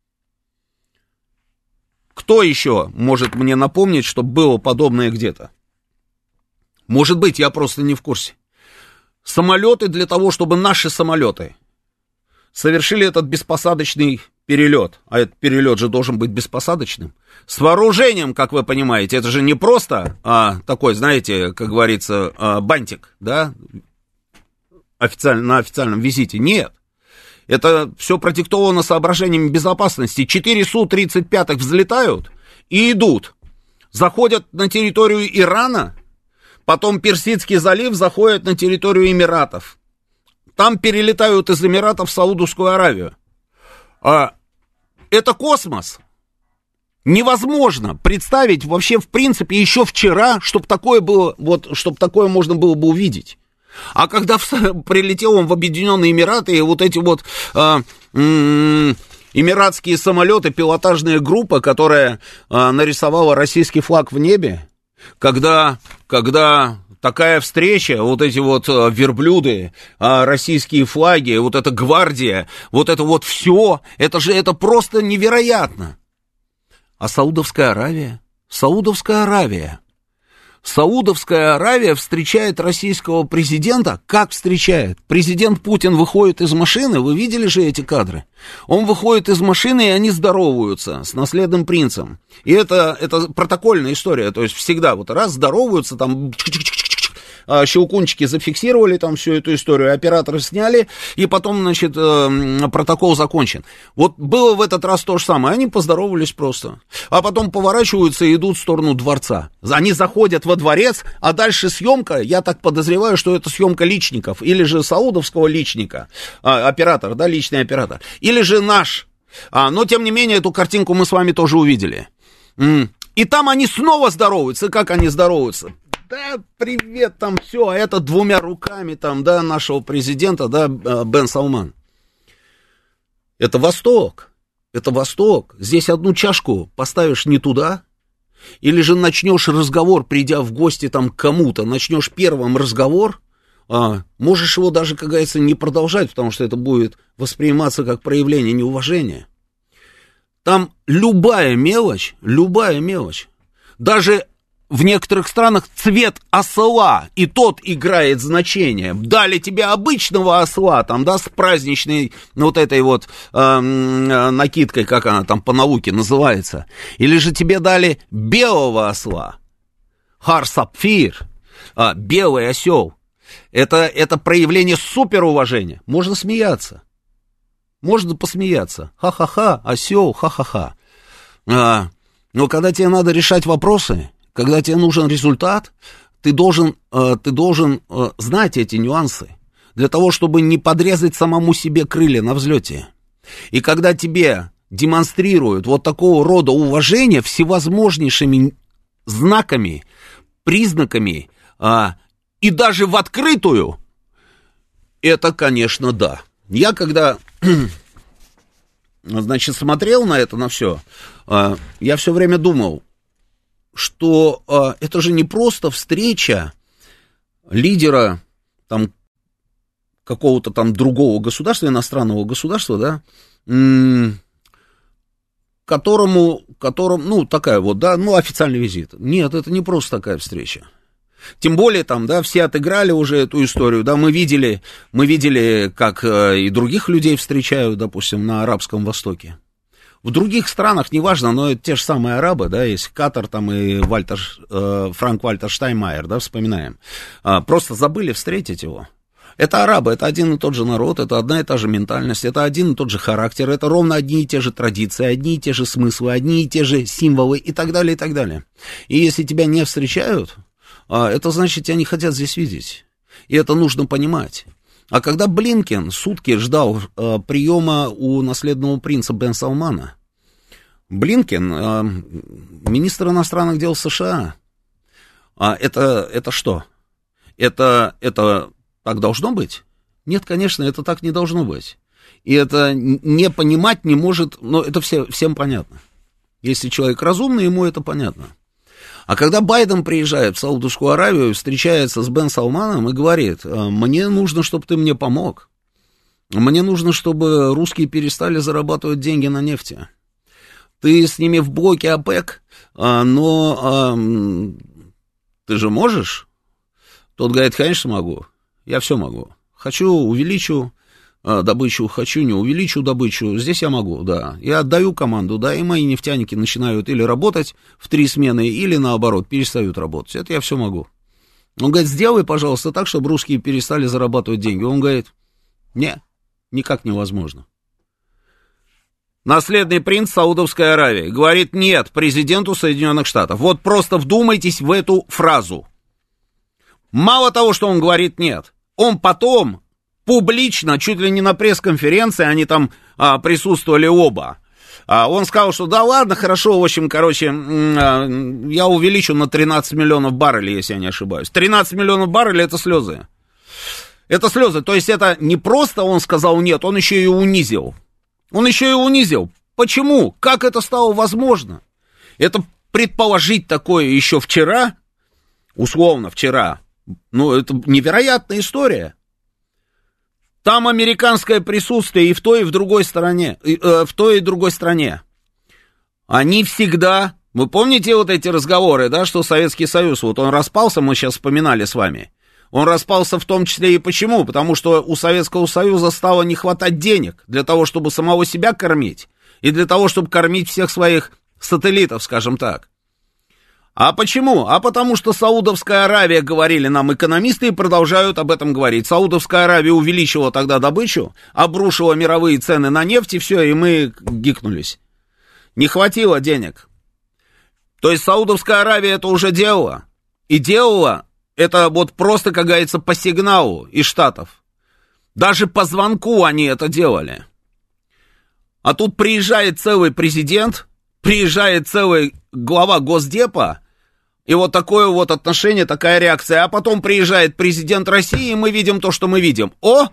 Кто еще может мне напомнить, что было подобное где-то? Может быть, я просто не в курсе. Самолеты для того, чтобы наши самолеты совершили этот беспосадочный перелет, а этот перелет же должен быть беспосадочным, с вооружением, как вы понимаете, это же не просто а, такой, знаете, как говорится, а, бантик, да, официально, на официальном визите, нет. Это все продиктовано соображениями безопасности. Четыре Су тридцать пять взлетают и идут, заходят на территорию Ирана, потом Персидский залив, заходят на территорию Эмиратов. Там перелетают из Эмиратов в Саудовскую Аравию. А, это космос. Невозможно представить вообще, в принципе, еще вчера, чтобы такое было, вот, чтобы такое можно было бы увидеть. А когда в, прилетел он в Объединенные Эмираты, и вот эти вот э, э, эмиратские самолеты, пилотажная группа, которая э, нарисовала российский флаг в небе, когда, когда такая встреча, вот эти вот э, верблюды, э, российские флаги, вот эта гвардия, вот это вот все, это же это просто невероятно. А Саудовская Аравия? Саудовская Аравия. Саудовская Аравия встречает российского президента. Как встречает? Президент Путин выходит из машины, вы видели же эти кадры? Он выходит из машины, и они здороваются с наследным принцем. И это, это протокольная история, то есть всегда вот раз здороваются, там... щелкунчики зафиксировали там всю эту историю, операторы сняли, и потом, значит, протокол закончен. Вот было в этот раз то же самое, они поздоровались просто, а потом поворачиваются и идут в сторону дворца. Они заходят во дворец, а дальше съемка, я так подозреваю, что это съемка личников, или же саудовского личника, а, оператор, да, личный оператор, или же наш, а, но тем не менее эту картинку мы с вами тоже увидели. И там они снова здороваются, как они здороваются? Да, привет, там все, а это двумя руками, там, да, нашего президента, да, Бен Салман. Это Восток, это Восток. Здесь одну чашку поставишь не туда, или же начнешь разговор, придя в гости там к кому-то, начнешь первым разговор, а, можешь его даже, как говорится, не продолжать, потому что это будет восприниматься как проявление неуважения. Там любая мелочь, любая мелочь, даже... В некоторых странах цвет осла, и тот играет значение. Дали тебе обычного осла, там, да, с праздничной вот этой вот э, накидкой, как она там по науке называется. Или же тебе дали белого осла. Хар-сапфир, а, белый осел. Это, это проявление суперуважения. Можно смеяться. Можно посмеяться. Ха-ха-ха, осел, ха-ха-ха. А, но когда тебе надо решать вопросы... Когда тебе нужен результат, ты должен, э, ты должен э, знать эти нюансы, для того, чтобы не подрезать самому себе крылья на взлете. И когда тебе демонстрируют вот такого рода уважение всевозможнейшими знаками, признаками, э, и даже в открытую, это, конечно, да. Я когда, значит, смотрел на это, на все, э, я все время думал, что э, это же не просто встреча лидера там, какого-то там другого государства, иностранного государства, да, м- которому, которому, ну, такая вот, да, ну, официальный визит. Нет, это не просто такая встреча. Тем более там, да, все отыграли уже эту историю, да, мы видели, мы видели, как э, и других людей встречают, допустим, на Арабском Востоке. В других странах, неважно, но это те же самые арабы, да, есть Катар там и Вальтер, э, Франк-Вальтер Штайнмайер, да, вспоминаем. А, просто забыли встретить его. Это арабы, это один и тот же народ, это одна и та же ментальность, это один и тот же характер, это ровно одни и те же традиции, одни и те же смыслы, одни и те же символы и так далее, и так далее. И если тебя не встречают, а, это значит, тебя не хотят здесь видеть. И это нужно понимать. А когда Блинкен сутки ждал э, приема у наследного принца Бен Салмана, Блинкен, э, министр иностранных дел США, а это, это что? Это, это так должно быть? Нет, конечно, это так не должно быть. И это не понимать не может, но это все, всем понятно. Если человек разумный, ему это понятно. А когда Байден приезжает в Саудовскую Аравию, встречается с Бен Салманом и говорит, мне нужно, чтобы ты мне помог. Мне нужно, чтобы русские перестали зарабатывать деньги на нефти. Ты с ними в блоке ОПЕК, но ты же можешь? Тот говорит, конечно, могу. Я все могу. Хочу, увеличу добычу, хочу, не увеличу добычу, здесь я могу, да. Я отдаю команду, да, и мои нефтяники начинают или работать в три смены, или наоборот, перестают работать. Это я все могу. Он говорит, сделай, пожалуйста, так, чтобы русские перестали зарабатывать деньги. Он говорит, не, никак невозможно. Наследный принц Саудовской Аравии говорит нет президенту Соединенных Штатов. Вот просто вдумайтесь в эту фразу. Мало того, что он говорит нет, он потом... публично, чуть ли не на пресс-конференции, они там а, присутствовали оба, А он сказал, что да ладно, хорошо, в общем, короче, я увеличу на тринадцать миллионов баррелей, если я не ошибаюсь. тринадцать миллионов баррелей — это слезы. Это слезы, то есть это не просто он сказал нет, он еще и унизил. Он еще и унизил. Почему? Как это стало возможно? Это предположить такое еще вчера, условно вчера, ну, это невероятная история. Там американское присутствие и в той, и в другой стороне, и, э, в той и другой стране. Они всегда, вы помните вот эти разговоры, да, что Советский Союз, вот он распался, мы сейчас вспоминали с вами. Он распался в том числе и почему? Потому что у Советского Союза стало не хватать денег для того, чтобы самого себя кормить, и для того, чтобы кормить всех своих сателлитов, скажем так. А почему? А потому что Саудовская Аравия, говорили нам экономисты, и продолжают об этом говорить. Саудовская Аравия увеличила тогда добычу, обрушила мировые цены на нефть, и все, и мы гикнулись. Не хватило денег. То есть Саудовская Аравия это уже делала. И делала это вот просто, как говорится, по сигналу из Штатов. Даже по звонку они это делали. А тут приезжает целый президент, приезжает целый глава Госдепа, и вот такое вот отношение, такая реакция. А потом приезжает президент России, и мы видим то, что мы видим. О!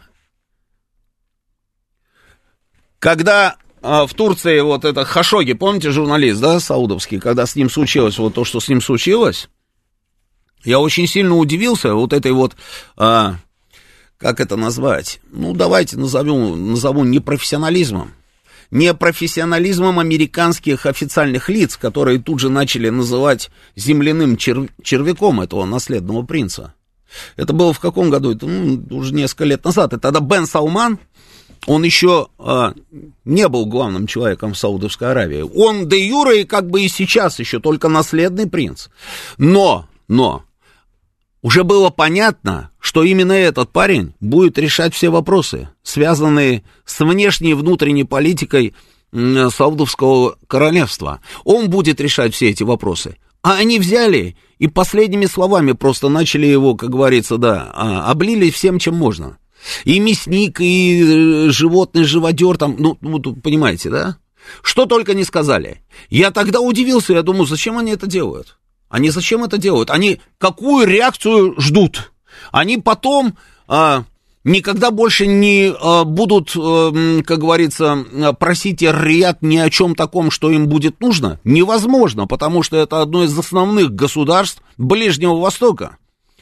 Когда а, в Турции вот это Хашоги, помните, журналист, да, саудовский, когда с ним случилось вот то, что с ним случилось, я очень сильно удивился вот этой вот, а, как это назвать, ну, давайте назову, назову непрофессионализмом. Непрофессионализмом американских официальных лиц, которые тут же начали называть земляным чер- червяком этого наследного принца. Это было в каком году? Это, ну, уже несколько лет назад. И тогда Бен Салман, он еще а, не был главным человеком в Саудовской Аравии. Он де юре и как бы и сейчас еще только наследный принц. Но, но, уже было понятно, что именно этот парень будет решать все вопросы, связанные с внешней и внутренней политикой Саудовского королевства. Он будет решать все эти вопросы. А они взяли и последними словами просто начали его, как говорится, да, облили всем, чем можно. И мясник, и животный живодер, там, ну, ну, понимаете, да? Что только не сказали. Я тогда удивился, я думаю, зачем они это делают? Они зачем это делают? Они какую реакцию ждут? Они потом а, никогда больше не а, будут, а, как говорится, просить эр-Рияд ни о чем таком, что им будет нужно? Невозможно, потому что это одно из основных государств Ближнего Востока.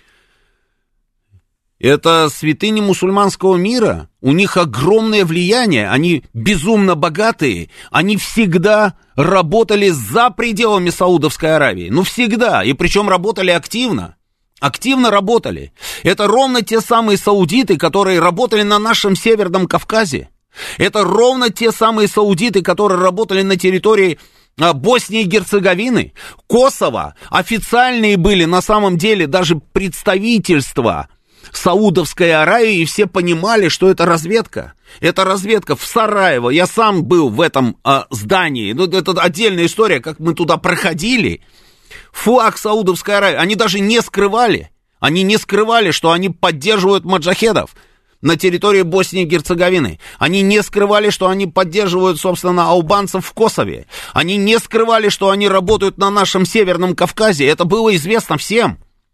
Это святыни мусульманского мира, у них огромное влияние, они безумно богатые, они всегда работали за пределами Саудовской Аравии, ну всегда, и причем работали активно, активно работали. Это ровно те самые саудиты, которые работали на нашем Северном Кавказе, это ровно те самые саудиты, которые работали на территории Боснии и Герцеговины, Косово, официальные были на самом деле даже представительства Саудовской Аравии, и все понимали, что это разведка. Это разведка в Сараево. Я сам был в этом а, здании. Ну, это отдельная история, как мы туда проходили. Флаг Саудовской Аравии. Они даже не скрывали. Они не скрывали, что они поддерживают маджахедов на территории Боснии и Герцеговины. Они не скрывали, что они поддерживают, собственно, албанцев в Косове. Они не скрывали, что они работают на нашем Северном Кавказе. Это было известно всем.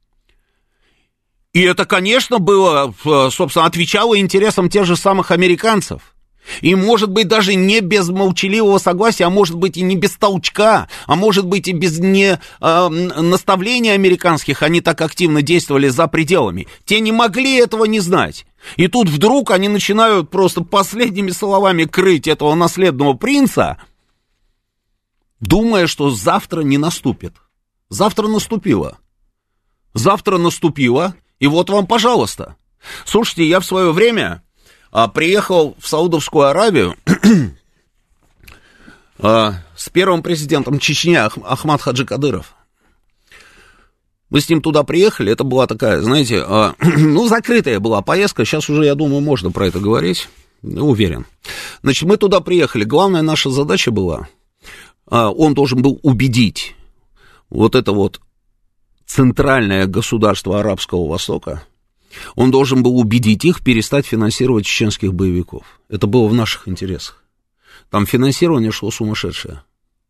И это, конечно, было, собственно, отвечало интересам тех же самых американцев. И, может быть, даже не без молчаливого согласия, а может быть и не без толчка, а может быть и без не, э, наставлений американских они так активно действовали за пределами. Те не могли этого не знать. И тут вдруг они начинают просто последними словами крыть этого наследного принца, думая, что завтра не наступит. Завтра наступило. Завтра наступило. И вот вам, пожалуйста. Слушайте, я в свое время а, приехал в Саудовскую Аравию а, с первым президентом Чечни Ах, Ахмад Хаджи Кадыров. Мы с ним туда приехали, это была такая, знаете, а, ну, закрытая была поездка, сейчас уже, я думаю, можно про это говорить, уверен. Значит, мы туда приехали, главная наша задача была, а, он должен был убедить вот это вот центральное государство Арабского Востока, он должен был убедить их перестать финансировать чеченских боевиков. Это было в наших интересах. Там финансирование шло сумасшедшее.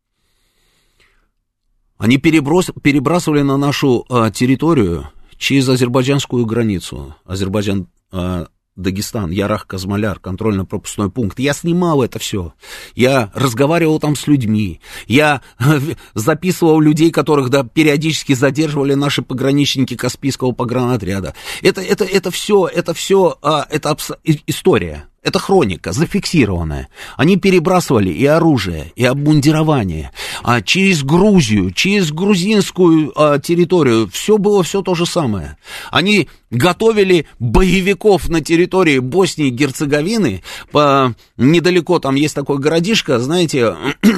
Они переброс... перебрасывали на нашу а, территорию через азербайджанскую границу. Азербайджан, а, Дагестан, Ярах-Казмаляр, контрольно-пропускной пункт. Я снимал это все. Я разговаривал там с людьми. Я записывал людей, которых да, периодически задерживали наши пограничники Каспийского погранотряда. Это, это, это все, это все, а, это абс... история. Это хроника, зафиксированная. Они перебрасывали и оружие, и обмундирование а через Грузию, через грузинскую а, территорию. Все было все то же самое. Они готовили боевиков на территории Боснии и Герцеговины. По, недалеко там есть такой городишко, знаете...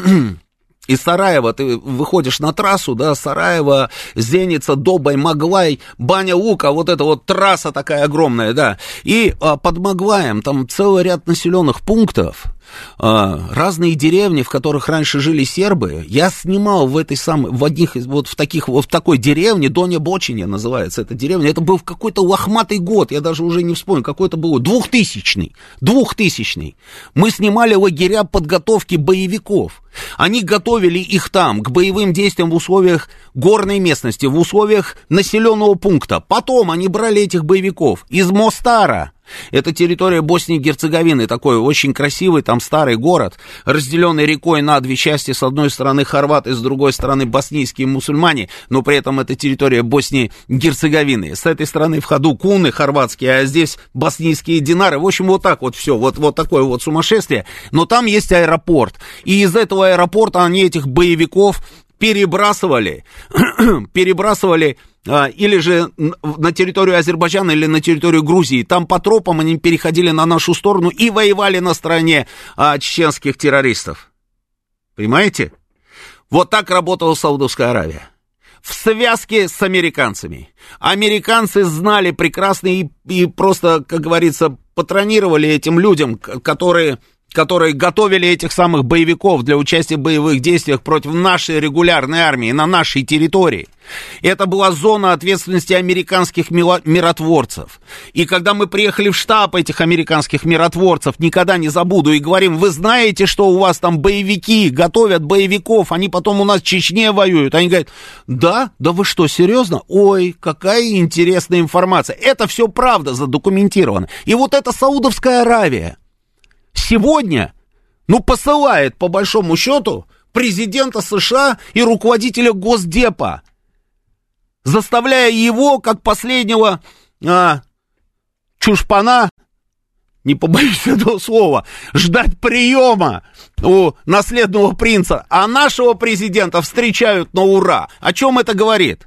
Из Сараева ты выходишь на трассу, да, Сараево, Зеница, Добай, Маглай, Баня Лука, вот эта вот трасса такая огромная, да. И а, под Маглаем там целый ряд населенных пунктов, а, разные деревни, в которых раньше жили сербы. Я снимал в этой самой, в одних, вот в таких, вот в такой деревне, Донья Бочиня называется эта деревня. Это был какой-то лохматый год, я даже уже не вспомню, какой-то был, двухтысячный, двухтысячный. Мы снимали лагеря подготовки боевиков. Они готовили их там к боевым действиям в условиях горной местности, в условиях населенного пункта. Потом они брали этих боевиков из Мостара. Это территория Боснии и Герцеговины, такой очень красивый, там старый город, разделенный рекой на две части, с одной стороны хорваты, с другой стороны боснийские мусульмане, но при этом это территория Боснии и Герцеговины. С этой стороны в ходу куны хорватские, а здесь боснийские динары. В общем, вот так вот все, вот, вот такое вот сумасшествие. Но там есть аэропорт, и из этого аэропорта они этих боевиков перебрасывали, перебрасывали а, или же на территорию Азербайджана, или на территорию Грузии. Там по тропам они переходили на нашу сторону и воевали на стороне а, чеченских террористов. Понимаете? Вот так работала Саудовская Аравия. В связке с американцами. Американцы знали прекрасно и, и просто, как говорится, патронировали этим людям, которые... которые готовили этих самых боевиков для участия в боевых действиях против нашей регулярной армии на нашей территории. Это была зона ответственности американских миротворцев. И когда мы приехали в штаб этих американских миротворцев, никогда не забуду, и говорим, вы знаете, что у вас там боевики, готовят боевиков, они потом у нас в Чечне воюют. Они говорят, да, да вы что, серьезно? Ой, какая интересная информация. Это все правда задокументировано. И вот это Саудовская Аравия сегодня, ну, посылает, по большому счету, президента США и руководителя Госдепа, заставляя его, как последнего а, чушпана, не побоюсь этого слова, ждать приема у наследного принца, а нашего президента встречают на ура. О чем это говорит?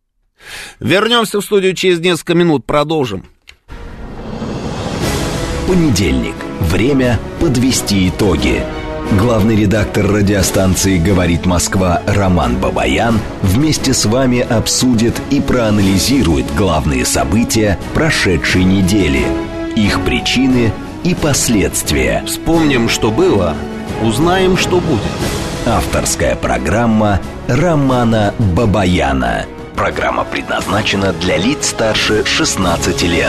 Вернемся в студию через несколько минут, продолжим. Понедельник. Время подвести итоги. Главный редактор радиостанции «Говорит Москва» Роман Бабаян вместе с вами обсудит и проанализирует главные события прошедшей недели, их причины и последствия. Вспомним, что было, узнаем, что будет. Авторская программа Романа Бабаяна. Программа предназначена для лиц старше шестнадцати лет.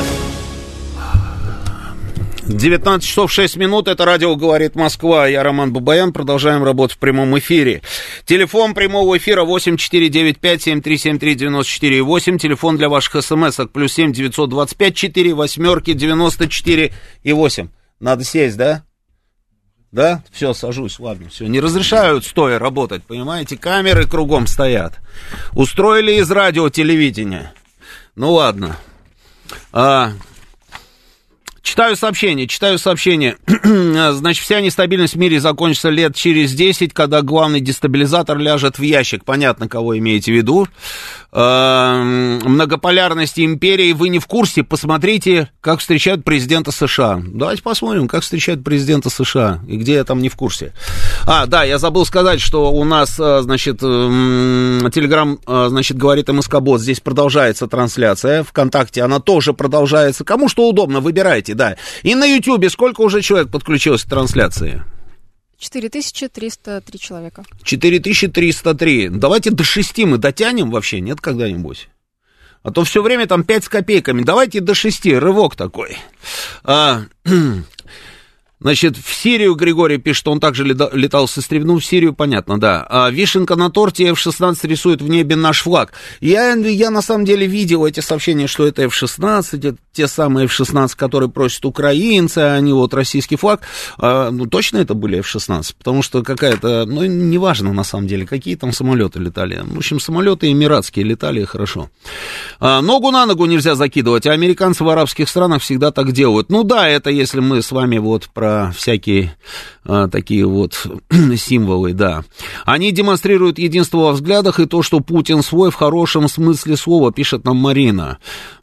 девятнадцать часов шесть минут, это радио «Говорит Москва», я Роман Бабаян, продолжаем работать в прямом эфире. Телефон прямого эфира восемь четыре девять пять семь три семь три девять четыре восемь, телефон для ваших смс-ок плюс семь девятьсот двадцать пять четыре восьмерки девяносто четыре и восемь. Надо сесть, да? Да? Все, сажусь, ладно, все. Не разрешают стоя работать, понимаете, камеры кругом стоят. Устроили из радио телевидения. Ну ладно. А... Читаю сообщение, читаю сообщение. Значит, вся нестабильность в мире закончится лет через десять, когда главный дестабилизатор ляжет в ящик. Понятно, кого имеете в виду. Многополярности империи вы не в курсе. Посмотрите, как встречают президента США. Давайте посмотрим, как встречают президента США. И где я там не в курсе. А, да, я забыл сказать, что у нас, значит, Телеграм, значит, говорит МСК-бот. Здесь продолжается трансляция. ВКонтакте она тоже продолжается. Кому что удобно, выбирайте, да. И на Ютьюбе сколько уже человек подключилось к трансляции? четыре тысячи триста три человека. четыре тысячи триста три. Давайте до шести мы дотянем вообще, нет, когда-нибудь? А то все время там пять с копейками. Давайте до шести, рывок такой. А, Значит, в Сирию Григорий пишет, он также летал с истребителем. Ну, в Сирию, понятно, да. А вишенка на торте, эф шестнадцать рисует в небе наш флаг. Я, я на самом деле видел эти сообщения, что это эф шестнадцать, это те самые эф шестнадцать, которые просят украинцы, а не вот российский флаг. А, ну, точно это были эф шестнадцать, потому что какая-то, ну, неважно на самом деле, какие там самолеты летали. В общем, самолеты эмиратские летали, хорошо. А, ногу на ногу нельзя закидывать, а американцы в арабских странах всегда так делают. Ну да, это если мы с вами вот про всякие а, такие вот символы, да. Они демонстрируют единство во взглядах и то, что Путин свой в хорошем смысле слова, пишет нам Марина.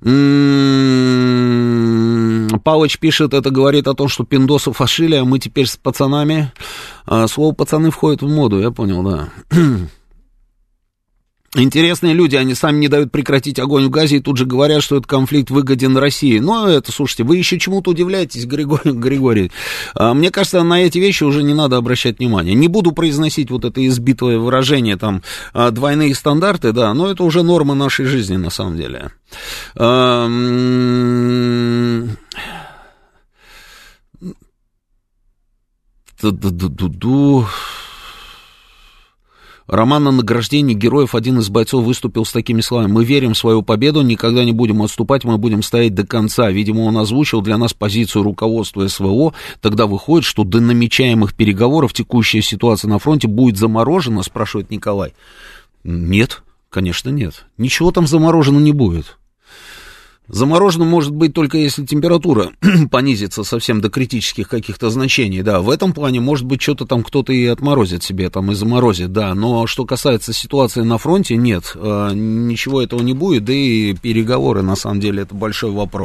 М-м-м, Палыч пишет, это говорит о том, что пиндосов ошили, а мы теперь с пацанами. А, слово пацаны входит в моду, я понял, да. Интересные люди, они сами не дают прекратить огонь в Газе и тут же говорят, что этот конфликт выгоден России. Но это, слушайте, вы еще чему-то удивляетесь, Григорий. Григорий. А, мне кажется, на эти вещи уже не надо обращать внимания. Не буду произносить вот это избитое выражение, там, двойные стандарты, да, но это уже норма нашей жизни, на самом деле. А, Ду-ду-ду-ду-ду. Роман о награждении героев, один из бойцов выступил с такими словами: «Мы верим в свою победу, никогда не будем отступать, мы будем стоять до конца». Видимо, он озвучил для нас позицию руководства эс вэ о. Тогда выходит, что до намечаемых переговоров текущая ситуация на фронте будет заморожена, спрашивает Николай. Нет, конечно, нет. Ничего там заморожено не будет. Заморожено может быть только если температура понизится совсем до критических каких-то значений, да, в этом плане, может быть, что-то там кто-то и отморозит себе, там, и заморозит, да, но что касается ситуации на фронте, нет, ничего этого не будет, да и переговоры, на самом деле, это большой вопрос.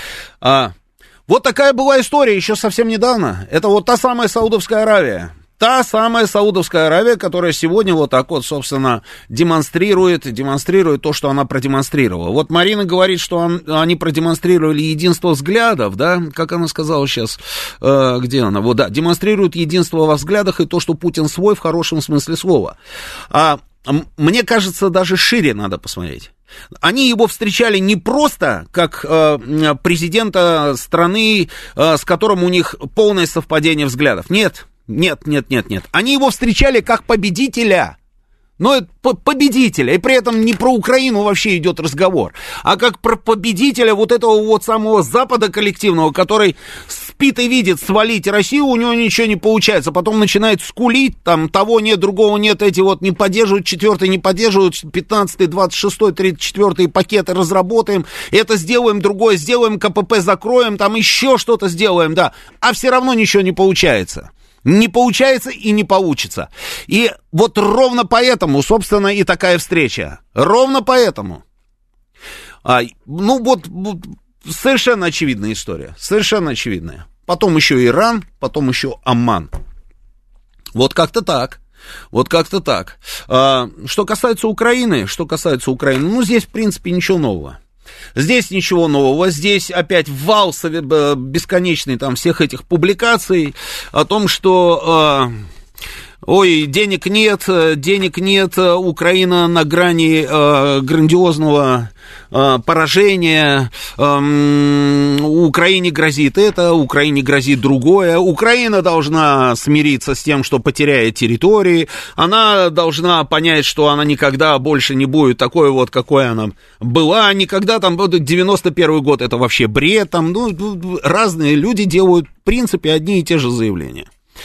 А, вот такая была история еще совсем недавно, это вот та самая Саудовская Аравия. Та самая Саудовская Аравия, которая сегодня вот так вот, собственно, демонстрирует, демонстрирует то, что она продемонстрировала. Вот Марина говорит, что он, они продемонстрировали единство взглядов, да, как она сказала сейчас, э, где она, вот, да, демонстрируют единство во взглядах и то, что Путин свой в хорошем смысле слова. А мне кажется, даже шире надо посмотреть. Они его встречали не просто как э, президента страны, э, с которым у них полное совпадение взглядов, нет. Нет, нет, нет, нет. Они его встречали как победителя. Но это победителя. И при этом не про Украину вообще идет разговор, а как про победителя вот этого вот самого Запада коллективного, который спит и видит свалить Россию, у него ничего не получается. Потом начинает скулить, там того нет, другого нет, эти вот не поддерживают, четвертый не поддерживают, пятнадцатый, двадцать шестой, тридцать четвёртый пакеты разработаем, это сделаем, другое сделаем, ка пэ пэ закроем, там еще что-то сделаем, да. А все равно ничего не получается. Не получается и не получится. И вот ровно поэтому, собственно, и такая встреча. Ровно поэтому. А, ну вот, вот совершенно очевидная история. Совершенно очевидная. Потом еще Иран, потом еще Оман. Вот как-то так. Вот как-то так. А, что касается Украины, что касается Украины, ну здесь, в принципе, ничего нового. Здесь ничего нового, здесь опять вал бесконечный там всех этих публикаций о том, что... Э, ой, денег нет, денег нет, Украина на грани э, грандиозного э, поражения, э, Украине грозит это, Украине грозит другое, Украина должна смириться с тем, что потеряет территории, она должна понять, что она никогда больше не будет такой вот, какой она была, никогда там, девяносто первый год, это вообще бред, там, ну, разные люди делают, в принципе, одни и те же заявления.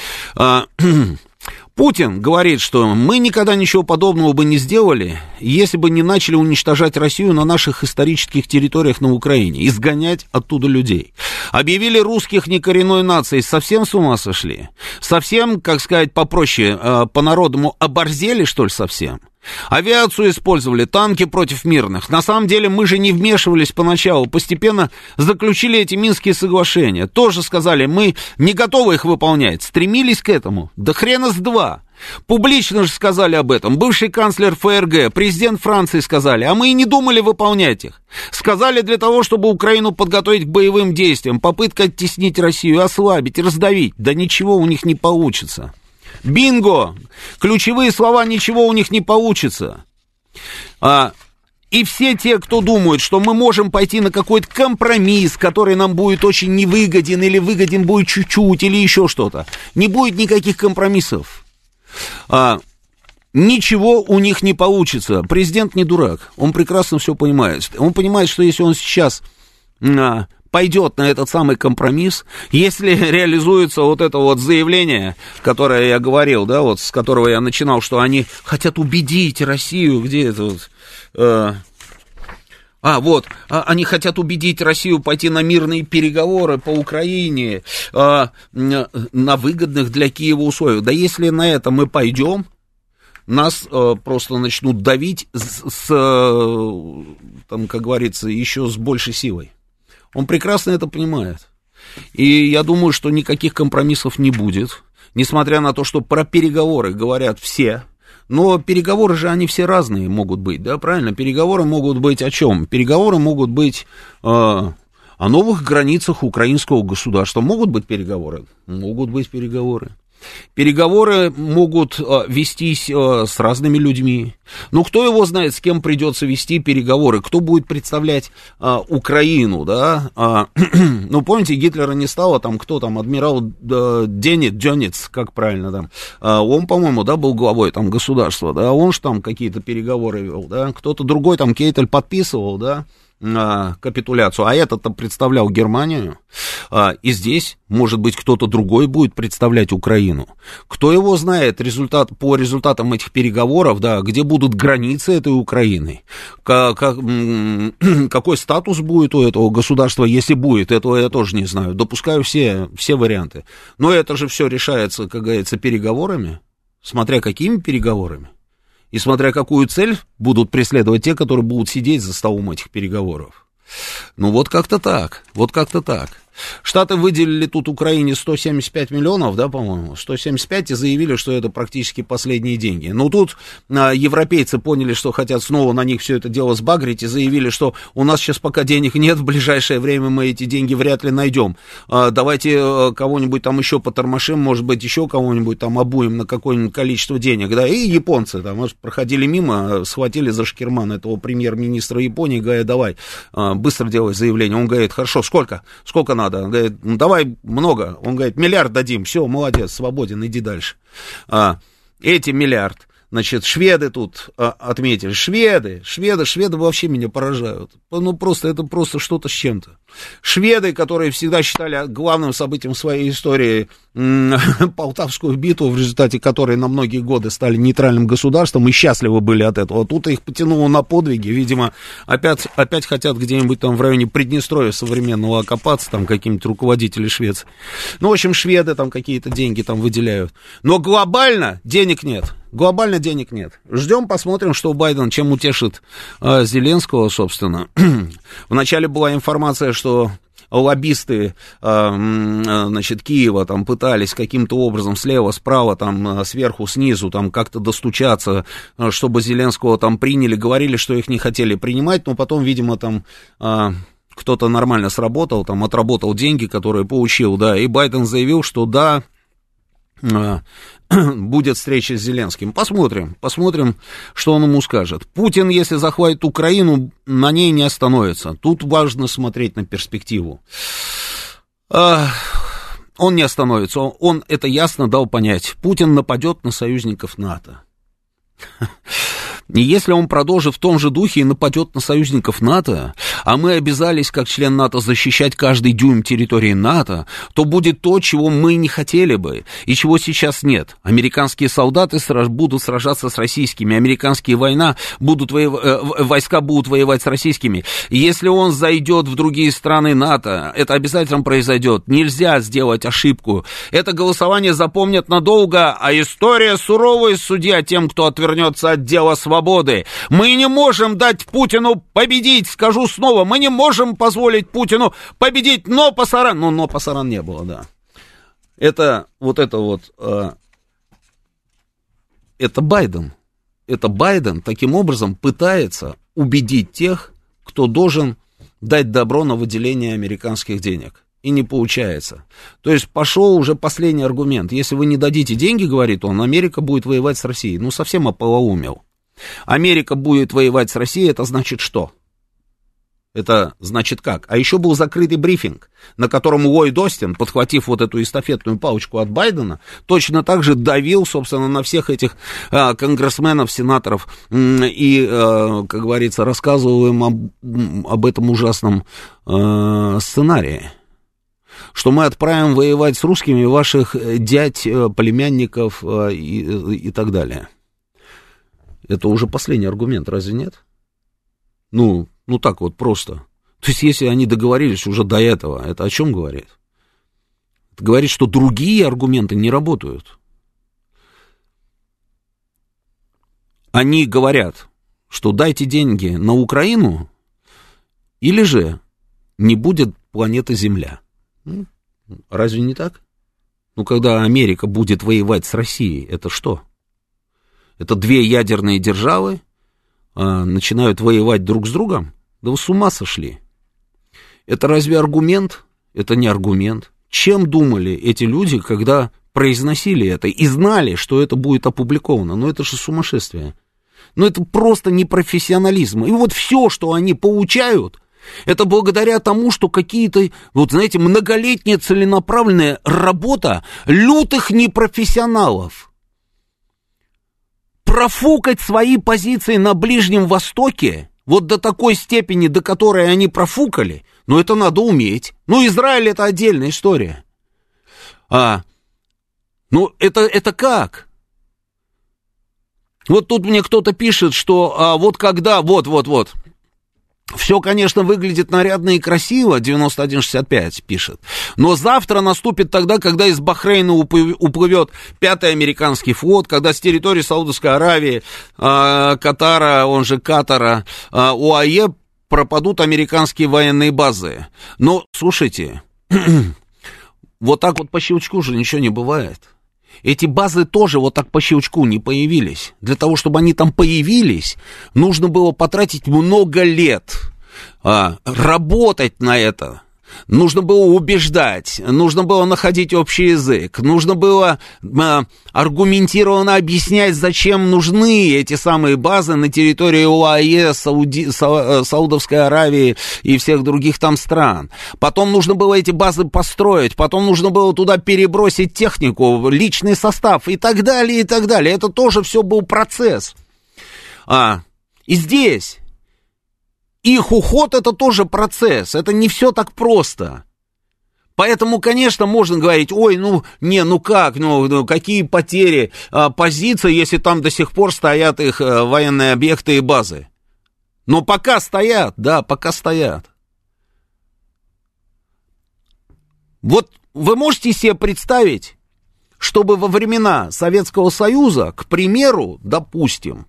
Путин говорит, что мы никогда ничего подобного бы не сделали, если бы не начали уничтожать Россию на наших исторических территориях на Украине, изгонять оттуда людей. Объявили русских некоренной нацией, совсем с ума сошли? Совсем, как сказать попроще, по-народному, оборзели, что ли, совсем? Авиацию использовали, танки против мирных. На самом деле мы же не вмешивались поначалу, постепенно заключили эти Минские соглашения. Тоже сказали, мы не готовы их выполнять, стремились к этому. Да хрена с два. Публично же сказали об этом. Бывший канцлер эф эр гэ, президент Франции сказали, а мы и не думали выполнять их. Сказали для того, чтобы Украину подготовить к боевым действиям. Попытка оттеснить Россию, ослабить, раздавить. Да ничего у них не получится. Бинго! Ключевые слова, ничего у них не получится. А, И все те, кто думают, что мы можем пойти на какой-то компромисс, который нам будет очень невыгоден, или выгоден будет чуть-чуть, или еще что-то, не будет никаких компромиссов. А, ничего у них не получится. Президент не дурак, он прекрасно все понимает. Он понимает, что если он сейчас а, пойдет на этот самый компромисс, если реализуется вот это вот заявление, которое я говорил, да, вот с которого я начинал, что они хотят убедить Россию, где это вот... А, вот, они хотят убедить Россию пойти на мирные переговоры по Украине а, на выгодных для Киева условиях. Да если на это мы пойдем, нас а, просто начнут давить с, с, там, как говорится, еще с большей силой. Он прекрасно это понимает. И я думаю, что никаких компромиссов не будет, несмотря на то, что про переговоры говорят все. Но переговоры же, они все разные могут быть, да, правильно? Переговоры могут быть о чем? Переговоры могут быть э, о новых границах украинского государства. Могут быть переговоры? Могут быть переговоры. Переговоры могут э, вестись э, с разными людьми. Ну, кто его знает, с кем придется вести переговоры? Кто будет представлять э, Украину, да? А, ну, помните, Гитлера не стало, там, кто там, адмирал э, Денит, Дёнец, как правильно там? А, он, по-моему, да, был главой там государства, да? Он же там какие-то переговоры вел, да? Кто-то другой там, Кейтель, подписывал, да? Капитуляцию, а этот-то представлял Германию, и здесь, может быть, кто-то другой будет представлять Украину. Кто его знает результат, по результатам этих переговоров, да, где будут границы этой Украины, как, как, какой статус будет у этого государства, если будет, этого я тоже не знаю, допускаю все, все варианты. Но это же все решается, как говорится, переговорами, смотря какими переговорами. И смотря какую цель будут преследовать те, которые будут сидеть за столом этих переговоров. Ну, вот как-то так, вот как-то так. Штаты выделили тут Украине сто семьдесят пять миллионов, да, по-моему, сто семьдесят пять, и заявили, что это практически последние деньги. Но тут а, европейцы поняли, что хотят снова на них все это дело сбагрить, и заявили, что у нас сейчас пока денег нет, в ближайшее время мы эти деньги вряд ли найдем. А, давайте а, кого-нибудь там еще потормошим, может быть, еще кого-нибудь там обуем на какое-нибудь количество денег, да, и японцы там может, проходили мимо, схватили за шкирман этого премьер-министра Японии, говорят, давай, а, быстро делай заявление. Он говорит, хорошо, сколько? Сколько надо? Он говорит, ну, давай много. Он говорит, миллиард дадим, все, молодец, свободен, иди дальше. А, эти миллиард, значит, шведы тут а, отметили, шведы, шведы, шведы вообще меня поражают. Ну, просто, это просто что-то с чем-то. Шведы, которые всегда считали главным событием своей истории м- Полтавскую битву, в результате которой на многие годы стали нейтральным государством и счастливы были от этого. Тут их потянуло на подвиги, видимо, опять, опять хотят где-нибудь там в районе Приднестровья современного окопаться, там какие-нибудь руководители Швеции. Ну, в общем, шведы там какие-то деньги там выделяют. Но глобально денег нет. Глобально денег нет. Ждем, посмотрим, что Байден чем утешит э, Зеленского, собственно. Вначале была информация, что лоббисты, значит, Киева там пытались каким-то образом слева, справа, там, сверху, снизу, там, как-то достучаться, чтобы Зеленского там приняли, говорили, что их не хотели принимать, но потом, видимо, там кто-то нормально сработал, там, отработал деньги, которые получил, да, и Байден заявил, что да, будет встреча с Зеленским. Посмотрим, посмотрим, что он ему скажет. Путин, если захватит Украину, на ней не остановится. Тут важно смотреть на перспективу. Он не остановится, он, он это ясно дал понять. Путин нападет на союзников НАТО. И если он продолжит в том же духе и нападет на союзников НАТО, а мы обязались, как член НАТО, защищать каждый дюйм территории НАТО, то будет то, чего мы не хотели бы, и чего сейчас нет. Американские солдаты будут сражаться с российскими, американские война будут воев... войска будут воевать с российскими. И если он зайдет в другие страны НАТО, это обязательно произойдет. Нельзя сделать ошибку. Это голосование запомнят надолго, а история суровая судья тем, кто отвернется от дела свободы. Свободы. Мы не можем дать Путину победить, скажу снова, мы не можем позволить Путину победить, но пасаран, ну, но пасаран не было, да. Это вот это вот, э, это Байден, это Байден таким образом пытается убедить тех, кто должен дать добро на выделение американских денег. И не получается. То есть пошел уже последний аргумент. Если вы не дадите деньги, говорит он, Америка будет воевать с Россией. Ну, совсем ополоумел. Америка будет воевать с Россией, это значит что? Это значит как? А еще был закрытый брифинг, на котором Ллойд Остин, подхватив вот эту эстафетную палочку от Байдена, точно так же давил, собственно, на всех этих а, конгрессменов, сенаторов и, а, как говорится, рассказывал им об, об этом ужасном а, сценарии. Что мы отправим воевать с русскими ваших дядь, племянников а, и, и так далее. Это уже последний аргумент, разве нет? Ну... Ну, так вот просто. То есть, если они договорились уже до этого, это о чем говорит? Это говорит, что другие аргументы не работают. Они говорят, что дайте деньги на Украину, или же не будет планеты Земля. Ну, разве не так? Ну, когда Америка будет воевать с Россией, это что? Это две ядерные державы а, начинают воевать друг с другом? Да вы с ума сошли. Это разве аргумент? Это не аргумент. Чем думали эти люди, когда произносили это и знали, что это будет опубликовано? Ну это же сумасшествие. Ну это просто непрофессионализм. И вот все, что они получают, это благодаря тому, что какие-то, вот знаете, многолетняя целенаправленная работа лютых непрофессионалов. Профукать свои позиции на Ближнем Востоке, вот до такой степени, до которой они профукали, ну, это надо уметь. Ну, Израиль — это отдельная история. А, ну, это, это как? Вот тут мне кто-то пишет, что а, вот когда, вот-вот-вот, все, конечно, выглядит нарядно и красиво, девяносто один шестьдесят пять пишет, но завтра наступит тогда, когда из Бахрейна уплывет пятый американский флот, когда с территории Саудовской Аравии, э, Катара, он же Катара, э, ОАЭ пропадут американские военные базы. Но, слушайте, вот так вот по щелчку же ничего не бывает. Эти базы тоже вот так по щелчку не появились. Для того, чтобы они там появились, нужно было потратить много лет, а, работать на это. Нужно было убеждать, нужно было находить общий язык, нужно было а, аргументированно объяснять, зачем нужны эти самые базы на территории ОАЭ, Сауди, Са, Саудовской Аравии и всех других там стран. Потом нужно было эти базы построить, потом нужно было туда перебросить технику, личный состав и так далее, и так далее. Это тоже все был процесс. А, и здесь... Их уход — это тоже процесс, это не все так просто. Поэтому, конечно, можно говорить, ой, ну, не, ну как, ну, ну какие потери а, позиций, если там до сих пор стоят их а, военные объекты и базы. Но пока стоят, да, пока стоят. Вот вы можете себе представить, чтобы во времена Советского Союза, к примеру, допустим,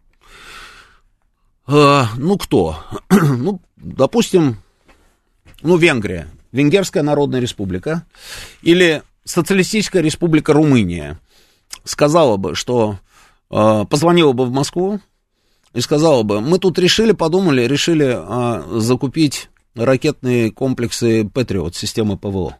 Uh, ну, кто? Ну, допустим, ну, Венгрия, Венгерская Народная Республика или Социалистическая Республика Румыния сказала бы, что uh, позвонила бы в Москву и сказала бы, мы тут решили, подумали, решили uh, закупить ракетные комплексы Патриот, системы ПВО.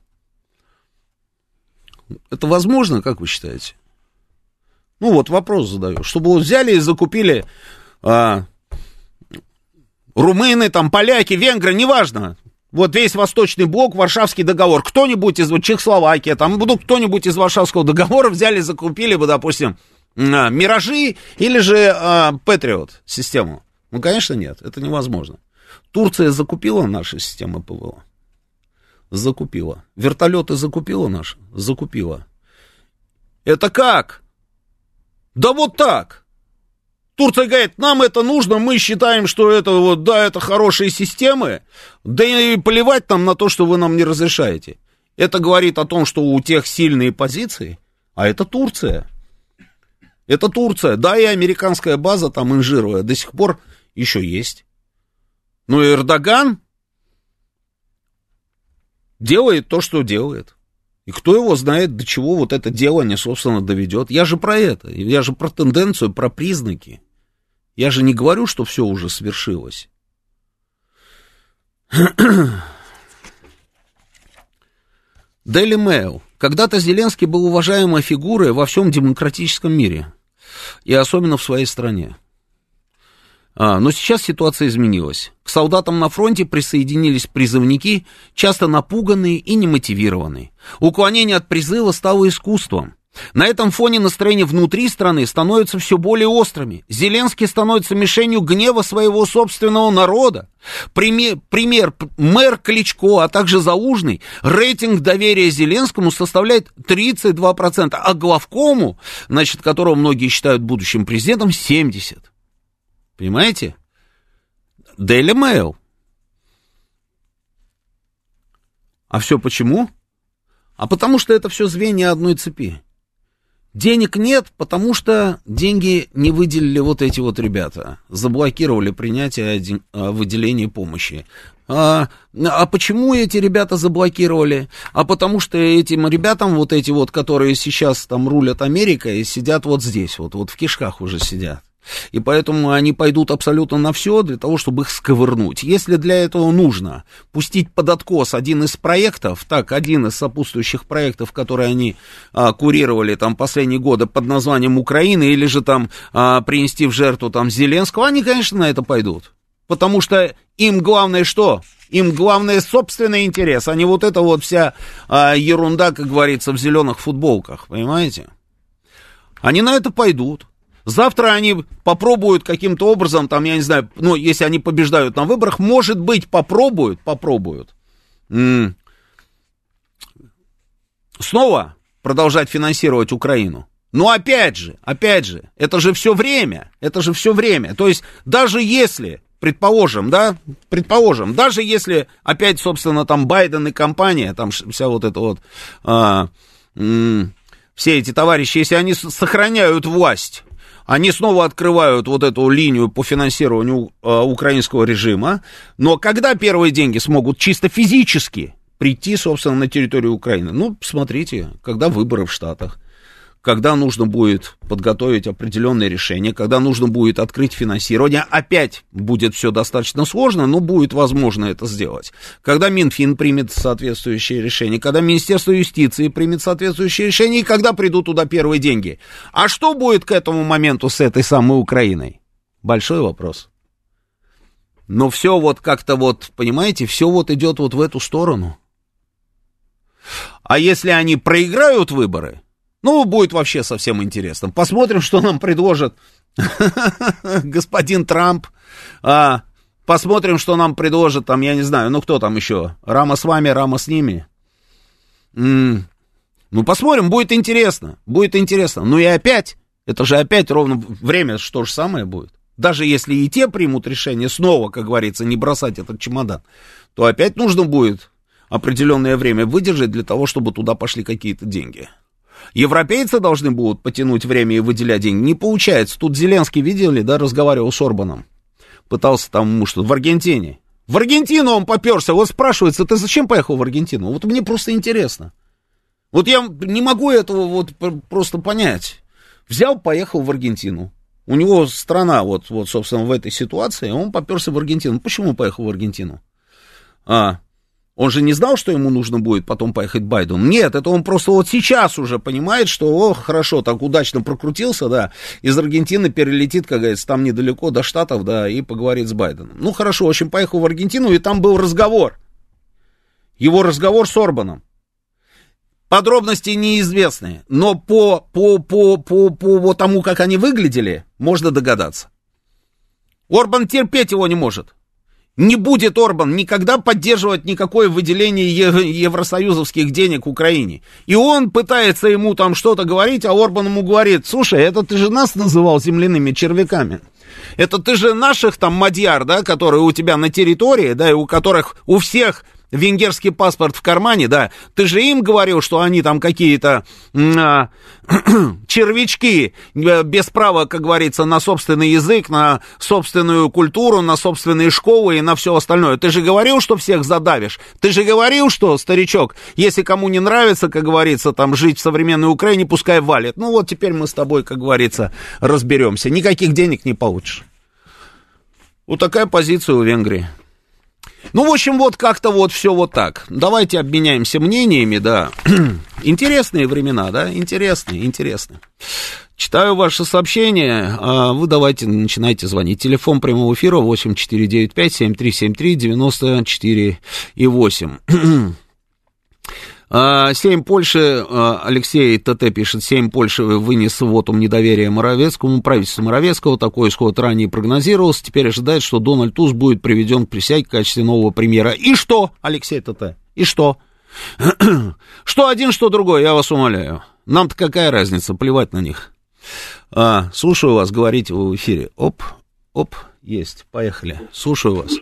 Это возможно, как вы считаете? Ну, вот вопрос задаю. Чтобы вот взяли и закупили... Uh, румыны, там, поляки, венгры, неважно. Вот весь Восточный блок, Варшавский договор. Кто-нибудь из вот, Чехословакии, там, ну, кто-нибудь из Варшавского договора взяли, закупили бы, допустим, а, Миражи или же а, Патриот систему. Ну, конечно, нет, это невозможно. Турция закупила наши системы ПВО. Закупила. Вертолеты закупила наши? Закупила. Это как? Да вот так. Турция говорит, нам это нужно, мы считаем, что это вот, да, это хорошие системы, да и плевать нам на то, что вы нам не разрешаете. Это говорит о том, что у тех сильные позиции, а это Турция. Это Турция, да, и американская база там инжируя до сих пор еще есть. Но Эрдоган делает то, что делает. И кто его знает, до чего вот это делание, собственно, доведет. Я же про это, я же про тенденцию, про признаки. Я же не говорю, что все уже свершилось. Daily Mail. Когда-то Зеленский был уважаемой фигурой во всем демократическом мире. И особенно в своей стране. А, но сейчас ситуация изменилась. К солдатам на фронте присоединились призывники, часто напуганные и немотивированные. Уклонение от призыва стало искусством. На этом фоне настроения внутри страны становятся все более острыми. Зеленский становится мишенью гнева своего собственного народа. Пример, пример мэр Кличко, а также Залужный, рейтинг доверия Зеленскому составляет тридцать два процента, а главкому, значит, которого многие считают будущим президентом, семьдесят процентов. Понимаете? Daily Mail. А все почему? А потому что это все звенья одной цепи. Денег нет, потому что деньги не выделили вот эти вот ребята. Заблокировали принятие выделения помощи. А, а почему эти ребята заблокировали? А потому что этим ребятам, вот эти вот, которые сейчас там рулят Америкой, сидят вот здесь, вот, вот в кишках уже сидят. И поэтому они пойдут абсолютно на все для того, чтобы их сковырнуть. Если для этого нужно пустить под откос один из проектов, так, один из сопутствующих проектов, которые они а, курировали там последние годы под названием Украина, или же там а, принести в жертву там Зеленского, они, конечно, на это пойдут. Потому что им главное что? Им главное собственный интерес, а не вот эта вот вся а, ерунда, как говорится, в зеленых футболках, понимаете? Они на это пойдут. Завтра они попробуют каким-то образом, там, я не знаю, ну, если они побеждают на выборах, может быть, попробуют, попробуют м- снова продолжать финансировать Украину. Но опять же, опять же, это же все время, это же все время. То есть, даже если, предположим, да, предположим, даже если опять, собственно, там Байден и компания, там вся вот эта вот, а, м- все эти товарищи, если они сохраняют власть, они снова открывают вот эту линию по финансированию э, украинского режима, но когда первые деньги смогут чисто физически прийти, собственно, на территорию Украины? Ну, смотрите, когда выборы в Штатах, когда нужно будет подготовить определенные решения, когда нужно будет открыть финансирование, опять будет все достаточно сложно, но будет возможно это сделать. Когда Минфин примет соответствующее решение, когда Министерство юстиции примет соответствующее решение, и когда придут туда первые деньги. А что будет к этому моменту с этой самой Украиной? Большой вопрос. Но все вот как-то вот, понимаете, все вот идет вот в эту сторону. А если они проиграют выборы, ну, будет вообще совсем интересно. Посмотрим, что нам предложит господин Трамп. А, посмотрим, что нам предложит, там, я не знаю, ну, кто там еще? Рама с вами, Рама с ними. М-м. Ну, посмотрим, будет интересно. Будет интересно. Ну, и опять, это же опять ровно время, что же самое будет. Даже если и те примут решение снова, как говорится, не бросать этот чемодан, то опять нужно будет определенное время выдержать для того, чтобы туда пошли какие-то деньги. Европейцы должны будут потянуть время и выделять деньги. Не получается. Тут Зеленский, видели, да, разговаривал с Орбаном. Пытался там ему что-то в Аргентине. В Аргентину он поперся. Вот спрашивается, ты зачем поехал в Аргентину? Вот мне просто интересно. Вот я не могу этого вот просто понять. Взял, поехал в Аргентину. У него страна вот, вот, собственно, в этой ситуации, он поперся в Аргентину. Почему поехал в Аргентину? А... Он же не знал, что ему нужно будет потом поехать Байдену. Нет, это он просто вот сейчас уже понимает, что, о, хорошо, так удачно прокрутился, да, из Аргентины перелетит, как говорится, там недалеко до Штатов, да, и поговорит с Байденом. Ну, хорошо, в общем, поехал в Аргентину, и там был разговор. Его разговор с Орбаном. Подробности неизвестны, но по, по, по, по, по, по тому, как они выглядели, можно догадаться. Орбан терпеть его не может. Не будет Орбан никогда поддерживать никакое выделение евросоюзовских денег Украине. И он пытается ему там что-то говорить, а Орбан ему говорит: слушай, это ты же нас называл земляными червяками. Это ты же наших там мадьяр, да, которые у тебя на территории, да, и у которых у всех венгерский паспорт в кармане, да, ты же им говорил, что они там какие-то а, червячки без права, как говорится, на собственный язык, на собственную культуру, на собственные школы и на все остальное. Ты же говорил, что всех задавишь. Ты же говорил, что, старичок, если кому не нравится, как говорится, там жить в современной Украине, пускай валит. Ну вот теперь мы с тобой, как говорится, разберемся. Никаких денег не получишь. Вот такая позиция у Венгрии. Ну, в общем, вот как-то вот все вот так. Давайте обменяемся мнениями, да. Интересные времена, да, интересные, интересные. Читаю ваше сообщение, а вы давайте начинайте звонить. Телефон прямого эфира восемь четыре девять пять семь три семь три девяносто четыре и восемь. Сейм Польши, Алексей ТТ пишет, Сейм Польши вынес вотум недоверия Моровецкому, правительству Моровецкого, такой исход ранее прогнозировался, теперь ожидает, что Дональд Туск будет приведен к присяге в качестве нового премьера. И что, Алексей ТТ, и что? Что один, что другой, я вас умоляю. Нам-то какая разница, плевать на них. А, слушаю вас, говорите в эфире. Оп, оп, есть, поехали, слушаю вас.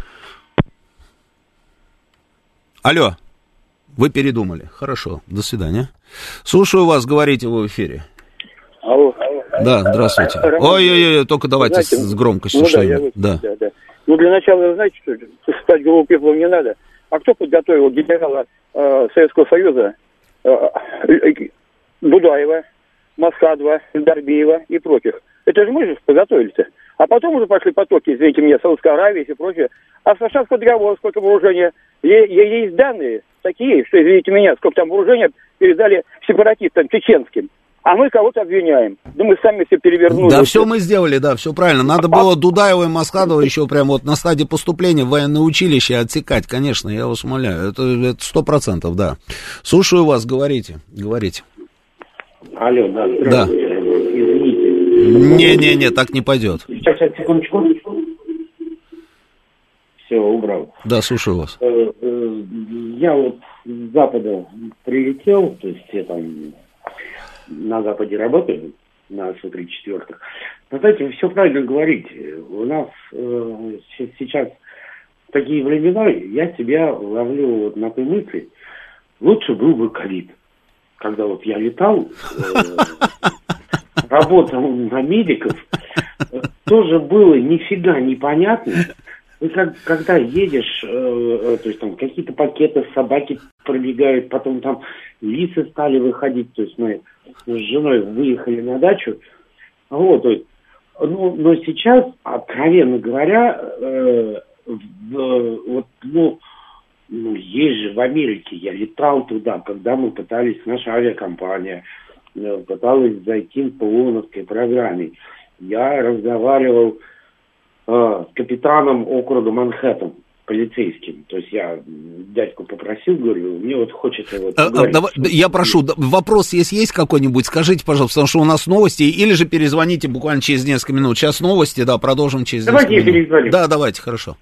Алло. Вы передумали. Хорошо, до свидания. Слушаю вас, говорите вы в эфире. Алло. Да, здравствуйте. Ой-ой-ой, только давайте знаете, с громкостью ну, что-нибудь. Да, да. Да, да. Ну, для начала, знаете, что стать голубым не надо. А кто подготовил генерала э, Советского Союза э, э, Будаева, Масхадова, Дарбиева и прочих? Это же мы же подготовили-то. А потом уже пошли потоки, извините меня, Саудовской Аравии и прочее. А в США сколько договоров, сколько вооружения. Есть данные такие, что, извините меня, сколько там вооружения передали сепаратистам чеченским. А мы кого-то обвиняем. Да мы сами все перевернули. Да, все мы сделали, да, все правильно. Надо было Дудаева и Масхадова еще прямо вот на стадии поступления в военное училище отсекать, конечно, я вас умоляю. Это сто процентов, да. Слушаю вас, говорите, говорите. Алло, да, да. Извините. Не-не-не, так не пойдет. Сейчас, сейчас, секундочку. Все, убрал. Да, слушаю вас. Я вот с запада прилетел, то есть я там на западе работаю, на Су тридцать четыре. Но знаете, вы все правильно говорите. У нас э, сейчас такие времена, я себя ловлю вот на той мысли, лучше был бы ковид. Когда вот я летал, э, работал на медиков, тоже было нифига непонятно. И как, когда едешь, э, то есть там какие-то пакеты, собаки пробегают, потом там лисы стали выходить, то есть мы с женой выехали на дачу, вот, то есть, ну, но сейчас, откровенно говоря, э, в, вот, ну, ну, есть же в Америке, я летал туда, когда мы пытались, наша авиакомпания э, пыталась зайти по ООНовской программе, я разговаривал с капитаном округа Манхэттен, полицейским. То есть я дядьку попросил, говорю, мне вот хочется вот... А, говорить, давай, что... Я прошу, вопрос, если есть какой-нибудь, скажите, пожалуйста, потому что у нас новости, или же перезвоните буквально через несколько минут. Сейчас новости, да, продолжим через давайте несколько минут. Давайте я перезвоню. Да, давайте, хорошо.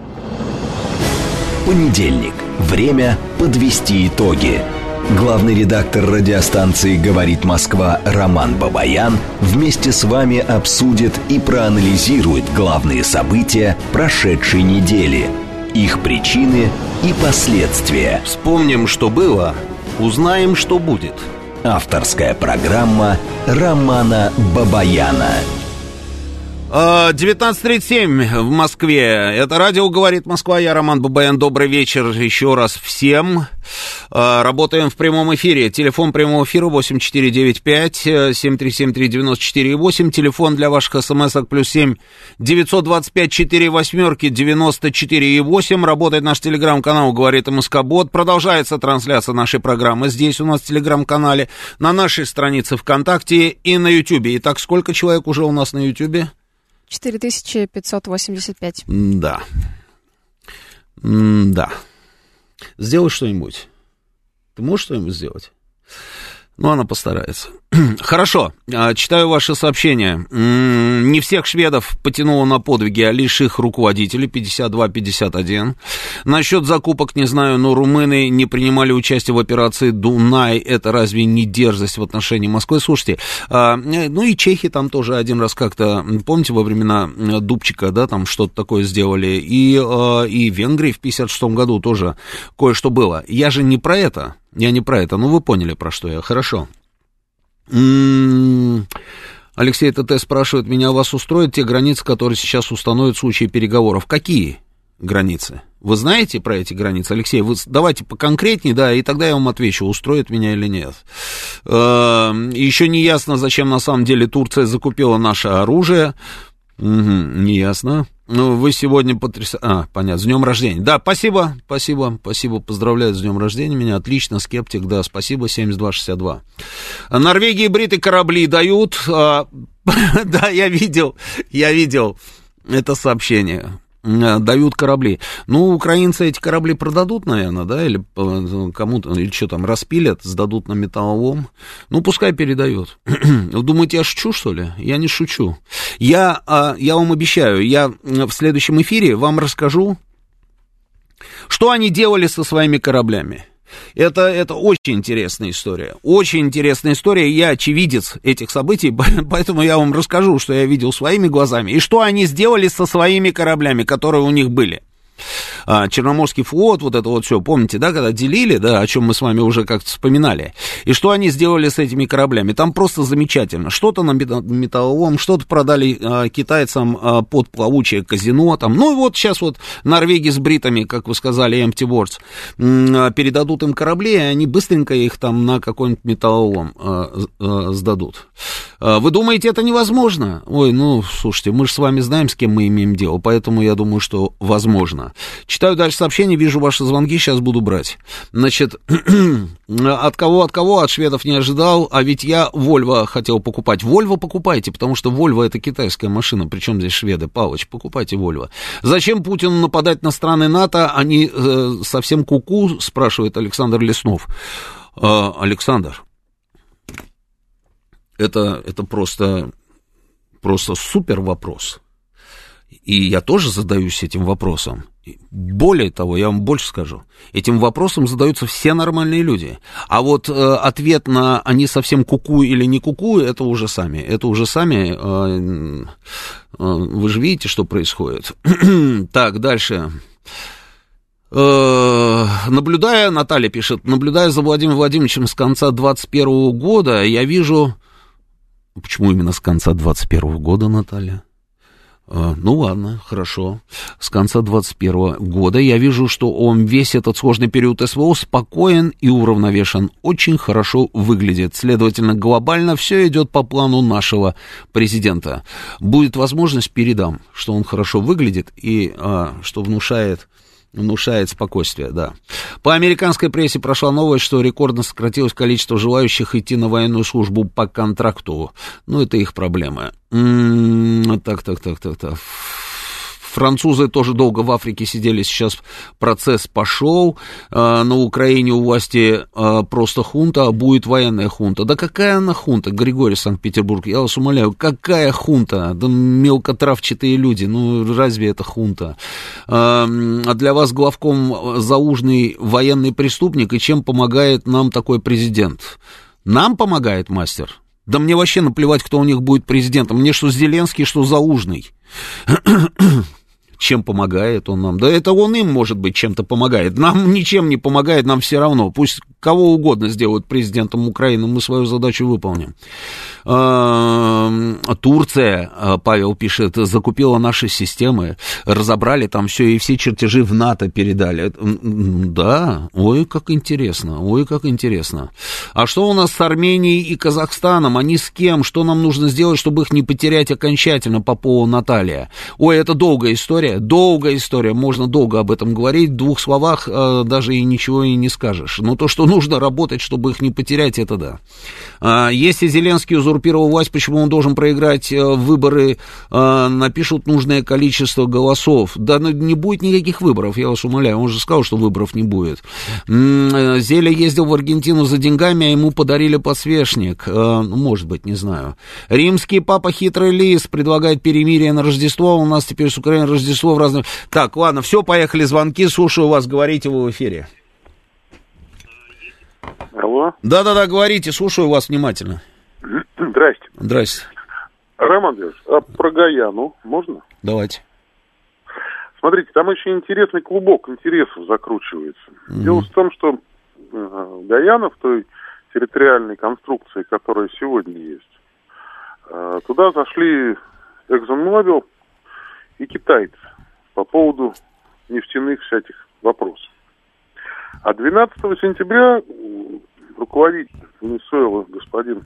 Понедельник. Время подвести итоги. Главный редактор радиостанции «Говорит Москва» Роман Бабаян вместе с вами обсудит и проанализирует главные события прошедшей недели, их причины и последствия. Вспомним, что было, узнаем, что будет. Авторская программа Романа Бабаяна. девятнадцать тридцать семь в Москве. Это радио «Говорит Москва». Я Роман Бабаян. Добрый вечер еще раз всем. Работаем в прямом эфире. Телефон прямого эфира восемь четыре девять пять семь три семь три девяносто четыре восемь. Телефон для ваших смс-ок плюс семь девятьсот двадцать пять четыре восьмерки девяносто четыре восемь. Работает наш телеграм-канал «Говорит МСК-бот». Продолжается трансляция нашей программы здесь у нас в телеграм-канале, на нашей странице ВКонтакте и на Ютьюбе. Итак, сколько человек уже у нас на Ютьюбе? четыре тысячи пятьсот восемьдесят пять. Да. Да. Сделай что-нибудь. Ты можешь что-нибудь сделать? Ну, она постарается. Хорошо, читаю ваши сообщения. Не всех шведов потянуло на подвиги, а лишь их руководителей, пятьдесят два пятьдесят один. Насчет закупок не знаю, но румыны не принимали участие в операции «Дунай». Это разве не дерзость в отношении Москвы? Слушайте, ну и чехи там тоже один раз как-то, помните, во времена Дубчика, да, там что-то такое сделали. И, и Венгрии в пятьдесят шестом году тоже кое-что было. Я же не про это. Я не про это, ну вы поняли, про что я. Хорошо. М-м-м. Алексей ТТ спрашивает меня, вас устроят те границы, которые сейчас установят в случае переговоров? Какие границы? Вы знаете про эти границы, Алексей? Вы давайте поконкретнее, да, и тогда я вам отвечу, устроит меня или нет. Еще не ясно, зачем на самом деле Турция закупила наше оружие. Угу, не ясно. Ну, вы сегодня потрясаете... А, понятно, с днем рождения. Да, спасибо, спасибо, спасибо, поздравляю с днем рождения меня. Отлично, скептик, да, спасибо, семьдесят два шестьдесят два. Норвегии бриты корабли дают. А, да, я видел, я видел это сообщение. Дают корабли. Ну, украинцы эти корабли продадут, наверное, да, или кому-то, или что там, распилят, сдадут на металлолом. Ну, пускай передают. Вы думаете, я шучу, что ли? Я не шучу. Я, я вам обещаю, я в следующем эфире вам расскажу, что они делали со своими кораблями. Это, это очень интересная история, очень интересная история, я очевидец этих событий, поэтому я вам расскажу, что я видел своими глазами, и что они сделали со своими кораблями, которые у них были. Черноморский флот, вот это вот все, помните, да, когда делили, да, о чем мы с вами уже как-то вспоминали, и что они сделали с этими кораблями, там просто замечательно, что-то на металлолом, что-то продали а, китайцам а, под плавучее казино, там, ну и вот сейчас вот норвеги с бритами, как вы сказали, Empty Words, м- передадут им корабли, и они быстренько их там на какой-нибудь металлолом а, а, сдадут. А, вы думаете, это невозможно? Ой, ну, слушайте, мы же с вами знаем, с кем мы имеем дело, поэтому я думаю, что возможно. Читаю дальше сообщение, вижу ваши звонки, сейчас буду брать. Значит, от кого, от кого, от шведов не ожидал, а ведь я Volvo хотел покупать. Volvo покупайте, потому что Volvo это китайская машина, причем здесь шведы. Павлович, покупайте Volvo. Зачем Путину нападать на страны НАТО, они э, совсем куку, спрашивает Александр Леснов. Э, Александр, это, это просто, просто супер вопрос. И я тоже задаюсь этим вопросом. Более того, я вам больше скажу, этим вопросом задаются все нормальные люди. А вот э, ответ на они совсем куку или не куку, это уже сами. Это уже сами. Э, э, вы же видите, что происходит. Так, дальше. Э, наблюдая, Наталья пишет, наблюдая за Владимиром Владимировичем с конца двадцать первого года, я вижу... Почему именно с конца двадцать первого года, Наталья? Ну ладно, хорошо. С конца двадцать первого года я вижу, что он весь этот сложный период СВО спокоен и уравновешен, очень хорошо выглядит. Следовательно, глобально все идет по плану нашего президента. Будет возможность, передам, что он хорошо выглядит и а, что внушает... Внушает спокойствие, да. По американской прессе прошла новость, что рекордно сократилось количество желающих идти на военную службу по контракту. Ну, это их проблемы. М-м-м, так, так, так, так, так. Французы тоже долго в Африке сидели, сейчас процесс пошел. На Украине у власти просто хунта, а будет военная хунта. Да какая она хунта, Григорий, Санкт-Петербург, я вас умоляю, какая хунта? Да мелкотравчатые люди, ну разве это хунта? А для вас главком Залужный военный преступник, и чем помогает нам такой президент? Нам помогает, мастер? Да мне вообще наплевать, кто у них будет президентом. Мне что Зеленский, что Залужный. Чем помогает он нам? Да это он им, может быть, чем-то помогает. Нам ничем не помогает, нам все равно. Пусть кого угодно сделают президентом Украины, мы свою задачу выполним. Турция, Павел пишет, закупила наши системы, разобрали там все, и все чертежи в НАТО передали. Да, ой, как интересно, ой, как интересно. А что у нас с Арменией и Казахстаном? Они с кем? Что нам нужно сделать, чтобы их не потерять окончательно, Попова Наталья? Ой, это долгая история, долгая история, можно долго об этом говорить, в двух словах э, даже и ничего и не скажешь. Но то, что нужно работать, чтобы их не потерять, это да. А, если Зеленский узурпировал власть, почему он должен проиграть э, выборы, э, напишут нужное количество голосов? Да ну, не будет никаких выборов, я вас умоляю, он же сказал, что выборов не будет. М-м, Зеля ездил в Аргентину за деньгами, а ему подарили подсвечник, э, может быть, не знаю. Римский папа хитрый лис предлагает перемирие на Рождество, у нас теперь с Украиной Рождество в разных... Так, ладно, все, поехали звонки, слушаю вас, говорите вы в эфире. Алло. Да-да-да, говорите, слушаю вас внимательно. Здрасте. Здрасте. Роман Ильич, а про Гаяну можно? Давайте. Смотрите, там очень интересный клубок интересов закручивается. Mm-hmm. Дело в том, что э, Гаяна в той территориальной конструкции, которая сегодня есть, э, туда зашли ExxonMobil и китайцы по поводу нефтяных всяких вопросов. А двенадцатого сентября руководитель Венесуэлы господин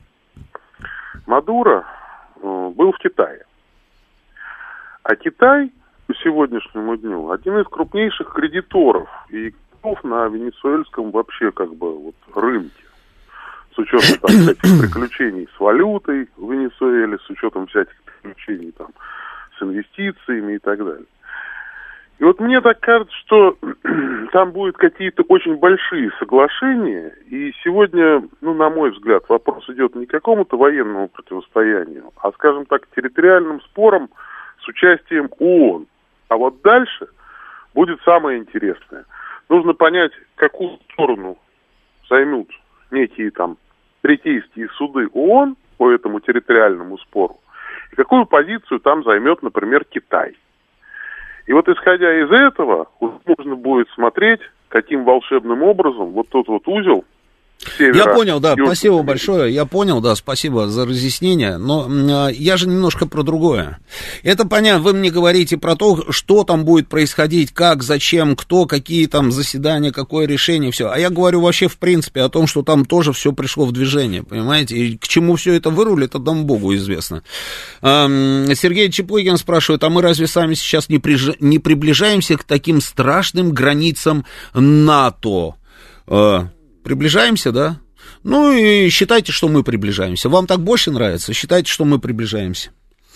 Мадуро был в Китае. А Китай сегодняшнему дню один из крупнейших кредиторов и игроков на венесуэльском вообще как бы вот рынке. С учетом там всяких приключений с валютой в Венесуэле, с учетом всяких приключений там с инвестициями и так далее. И вот мне так кажется, что там будут какие-то очень большие соглашения, и сегодня, ну, на мой взгляд, вопрос идет не к какому-то военному противостоянию, а, скажем так, территориальным спорам с участием ООН. А вот дальше будет самое интересное. Нужно понять, какую сторону займут некие там третейские суды ООН по этому территориальному спору, и какую позицию там займет, например, Китай. И вот исходя из этого, можно будет смотреть, каким волшебным образом вот тот вот узел севера... Я понял, да, Южного спасибо Америки. большое, я понял, да, спасибо за разъяснение, но э, я же немножко про другое. Это понятно, вы мне говорите про то, что там будет происходить, как, зачем, кто, какие там заседания, какое решение, все. А я говорю вообще в принципе о том, что там тоже все пришло в движение, понимаете, и к чему все это вырулит, одному Богу известно. Эм, Сергей Чеплыгин спрашивает, а мы разве сами сейчас не, приж... не приближаемся к таким страшным границам НАТО? Э, Приближаемся, да? Ну и считайте, что мы приближаемся. Вам так больше нравится? Считайте, что мы приближаемся.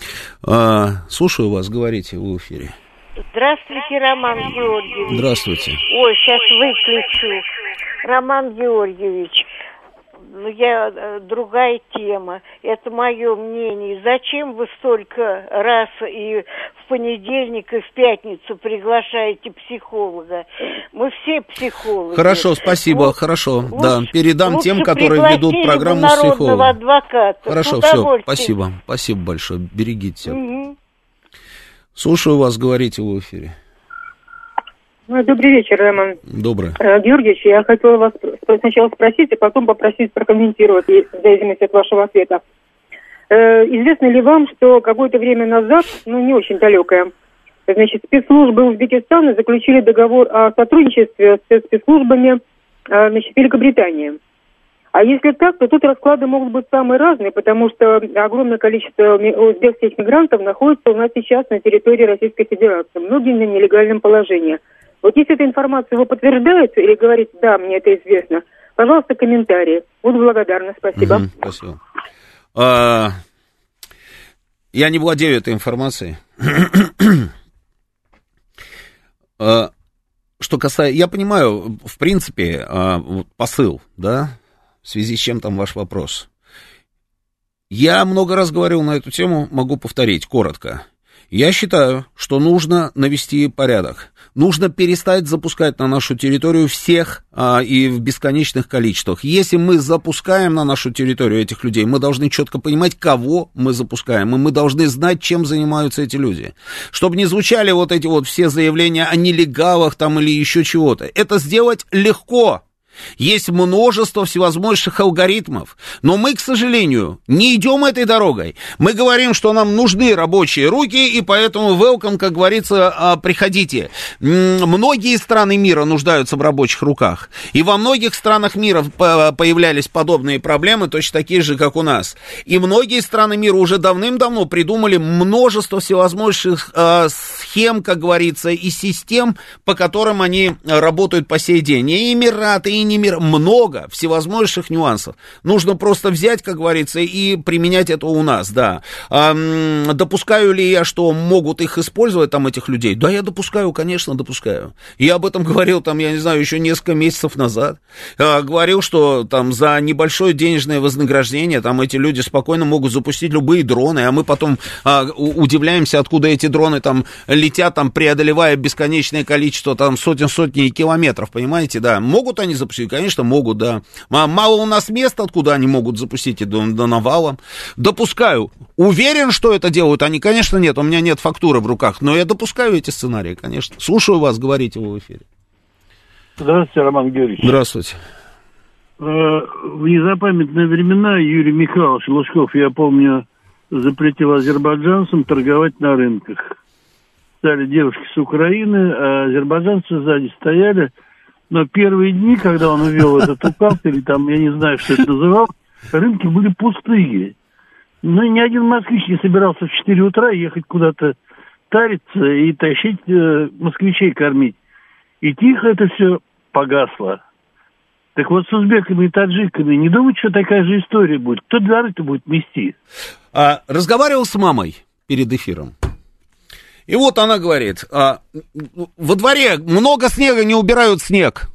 А, слушаю вас, говорите в эфире. Здравствуйте, Роман Георгиевич. Здравствуйте. Ой, сейчас выключу. Роман Георгиевич, ну я, другая тема. Это мое мнение. Зачем вы столько раз и в понедельник, и в пятницу приглашаете психолога? Мы все психологи. Хорошо, спасибо, вот, хорошо. лучше, Да, передам тем, которые ведут программу с психологом. Адвоката. Хорошо, все, спасибо. Спасибо большое. Берегите себя. Угу. Слушаю вас, говорите в эфире. Добрый вечер, Роман. Добрый. Георгиевич, я хотела вас сначала спросить, а потом попросить прокомментировать, в зависимости от вашего ответа. Известно ли вам, что какое-то время назад, ну не очень далекое, значит, спецслужбы Узбекистана заключили договор о сотрудничестве с спецслужбами, значит, Великобритании? А если так, то тут расклады могут быть самые разные, потому что огромное количество узбекских мигрантов находится у нас сейчас на территории Российской Федерации, многие на нелегальном положении. Вот если эта информация его подтверждает или говорит, да, мне это известно, пожалуйста, комментарии. Буду благодарна, спасибо. Угу, спасибо. А, я не владею этой информацией. а, что касается... Я понимаю, в принципе, а, посыл, да, в связи с чем там ваш вопрос. Я много раз говорил на эту тему, могу повторить коротко. Я считаю, что нужно навести порядок. Нужно перестать запускать на нашу территорию всех а, и в бесконечных количествах. Если мы запускаем на нашу территорию этих людей, мы должны четко понимать, кого мы запускаем. И мы должны знать, чем занимаются эти люди. Чтобы не звучали вот эти вот все заявления о нелегалах там или еще чего-то. Это сделать легко. Есть множество всевозможных алгоритмов, но мы, к сожалению, не идем этой дорогой. Мы говорим, что нам нужны рабочие руки, и поэтому welcome, как говорится, приходите. Многие страны мира нуждаются в рабочих руках, и во многих странах мира появлялись подобные проблемы, точно такие же, как у нас. И многие страны мира уже давным-давно придумали множество всевозможных схем, как говорится, и систем, по которым они работают по сей день. И Эмираты, и не мир, много всевозможных нюансов. Нужно просто взять, как говорится, и применять это у нас, да. А, допускаю ли я, что могут их использовать, там, этих людей? Да, я допускаю, конечно, допускаю. Я об этом говорил, там, я не знаю, еще несколько месяцев назад. А, говорил, что там за небольшое денежное вознаграждение, там, эти люди спокойно могут запустить любые дроны, а мы потом а, удивляемся, откуда эти дроны там летят, там, преодолевая бесконечное количество, там, сотен-сотни километров, понимаете, да. Могут они запустить? Конечно, могут, да. Мало у нас мест, откуда они могут запустить и до, до навала. Допускаю. Уверен, что это делают они? Конечно, нет. У меня нет фактуры в руках. Но я допускаю эти сценарии, конечно. Слушаю вас, говорите вы в эфире. Здравствуйте, Роман Георгиевич. Здравствуйте. В незапамятные времена Юрий Михайлович Лужков, я помню, запретил азербайджанцам торговать на рынках. Стали девушки с Украины, а азербайджанцы сзади стояли. Но первые дни, когда он увел этот указ, или там, я не знаю, что это называл, рынки были пустые. Ну, ни один москвич не собирался в четыре утра ехать куда-то тариться и тащить э, москвичей кормить. И тихо это все погасло. Так вот, с узбеками и таджиками не думают, что такая же история будет. Кто дары-то будет мести? А, разговаривал с мамой перед эфиром. И вот она говорит, а, во дворе много снега, не убирают снег.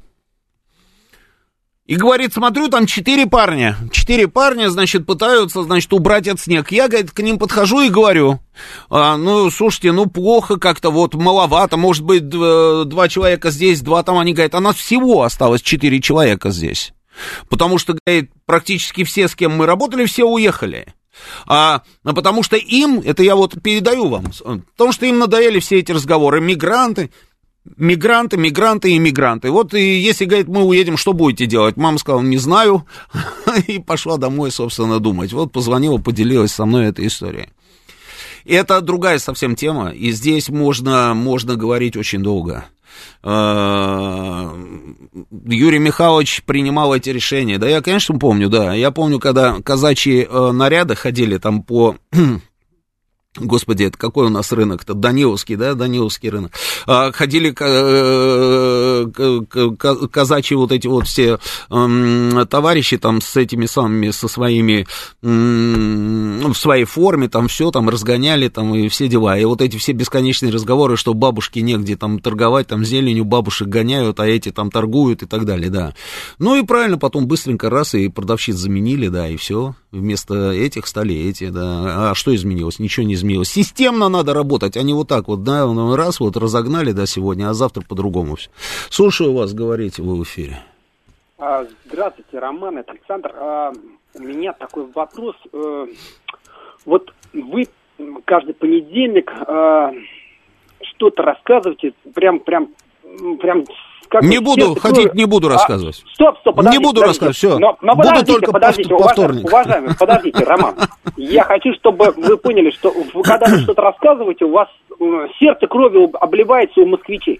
И говорит, смотрю, там четыре парня. Четыре парня, значит, пытаются, значит, убрать этот снег. Я, говорит, к ним подхожу и говорю, а, ну, слушайте, ну, плохо как-то, вот, маловато. Может быть, два человека здесь, два там. Они говорят, а нас всего осталось четыре человека здесь. Потому что, говорит, практически все, с кем мы работали, все уехали. А, а потому что им, это я вот передаю вам, потому что им надоели все эти разговоры. Мигранты... Мигранты, мигранты и мигранты. Вот и если, говорит, мы уедем, что будете делать? Мама сказала, не знаю, и пошла домой, собственно, думать. Вот позвонила, поделилась со мной этой историей. Это другая совсем тема, и здесь можно, можно говорить очень долго. Юрий Михайлович принимал эти решения. Да, я, конечно, помню, да. Я помню, когда казачьи наряды ходили там по... Господи, это какой у нас рынок-то? Даниловский, да, Даниловский рынок. А, ходили казачьи вот эти вот все м, товарищи там с этими самыми, со своими, м, в своей форме, там все там разгоняли, там и все дела. И вот эти все бесконечные разговоры, что бабушке негде там торговать, там зеленью бабушек гоняют, а эти там торгуют и так далее, да. Ну и правильно, потом быстренько раз и продавщиц заменили, да, и все. Вместо этих стали эти, да. А что изменилось? Ничего не изменилось. Системно надо работать, а не вот так вот, да, раз вот разогнали, да, сегодня, а завтра по-другому все. Слушаю вас, говорите, вы в эфире. Здравствуйте, Роман, это Александр. У меня такой вопрос. Вот вы каждый понедельник что-то рассказываете, прям, прям, прям... Как не буду, ходить крови. не буду рассказывать. А, стоп, стоп, подождите. Не буду подождите. рассказывать, все. Но, но буду только подождите, по, по вторник. Уважаемый, подождите, Роман. Я хочу, чтобы вы поняли, что вы, когда вы что-то рассказываете, у вас сердце кровью обливается у москвичей.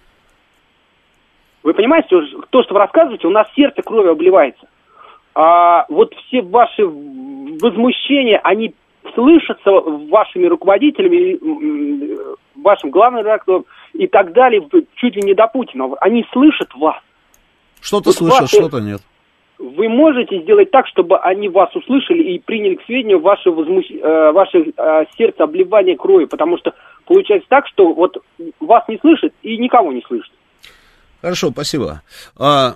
Вы понимаете, то, что вы рассказываете, у нас сердце кровью обливается. А вот все ваши возмущения, они слышатся вашими руководителями, вашим главным редактором и так далее, чуть ли не до Путина. Они слышат вас. Что-то вот слышат, ваши, что-то нет. Вы можете сделать так, чтобы они вас услышали и приняли к сведению ваше, возмущ... ваше э, сердце обливание крови, потому что получается так, что вот вас не слышат и никого не слышат. Хорошо, спасибо. А...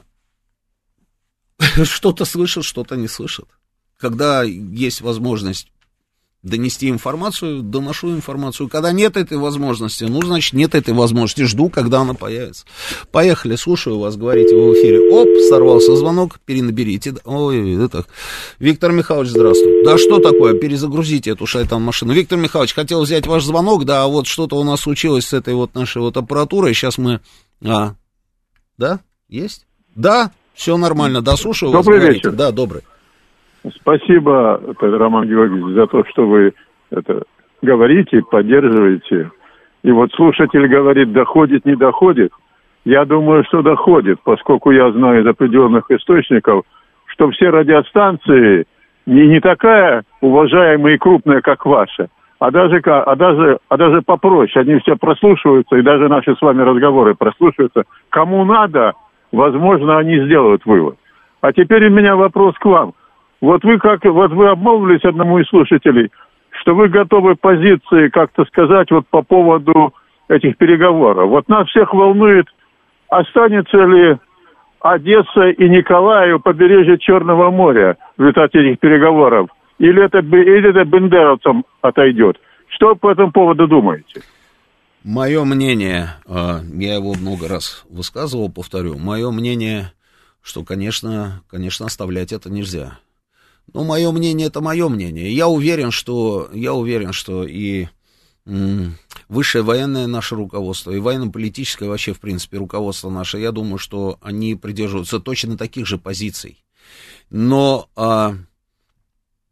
Что-то слышат, что-то не слышат. Когда есть возможность донести информацию, доношу информацию. Когда нет этой возможности, ну, значит, нет этой возможности. Жду, когда она появится. Поехали, слушаю вас, говорите вы в эфире. Оп, сорвался звонок, перенаберите. Ой, это... Виктор Михайлович, здравствуй. Да что такое, перезагрузите эту шайтан-машину. Виктор Михайлович, хотел взять ваш звонок, да, а вот что-то у нас случилось с этой вот нашей вот аппаратурой. Сейчас мы... А, да, есть? Да, все нормально, да, слушаю вас. Добрый говорите. вечер. Да, добрый. Спасибо, Роман Георгиевич, за то, что вы это говорите, поддерживаете. И вот слушатель говорит, доходит, не доходит. Я думаю, что доходит, поскольку я знаю из определенных источников, что все радиостанции не, не такая уважаемая и крупная, как ваша, а даже, а, даже, а даже попроще. Они все прослушиваются, и даже наши с вами разговоры прослушиваются. Кому надо, возможно, они сделают вывод. А теперь у меня вопрос к вам. Вот вы как, вот вы обмолвились одному из слушателей, что вы готовы позиции как-то сказать вот по поводу этих переговоров. Вот нас всех волнует, останется ли Одесса и Николаев у побережья Черного моря в результате этих переговоров, или это, или это бендеровцам отойдет. Что по этому поводу думаете? Мое мнение, я его много раз высказывал, повторю, мое мнение, что, конечно, конечно, оставлять это нельзя. Но мое мнение, это мое мнение. Я уверен, что, я уверен, что и м, высшее военное наше руководство, и военно-политическое вообще, в принципе, руководство наше, я думаю, что они придерживаются точно таких же позиций. Но а,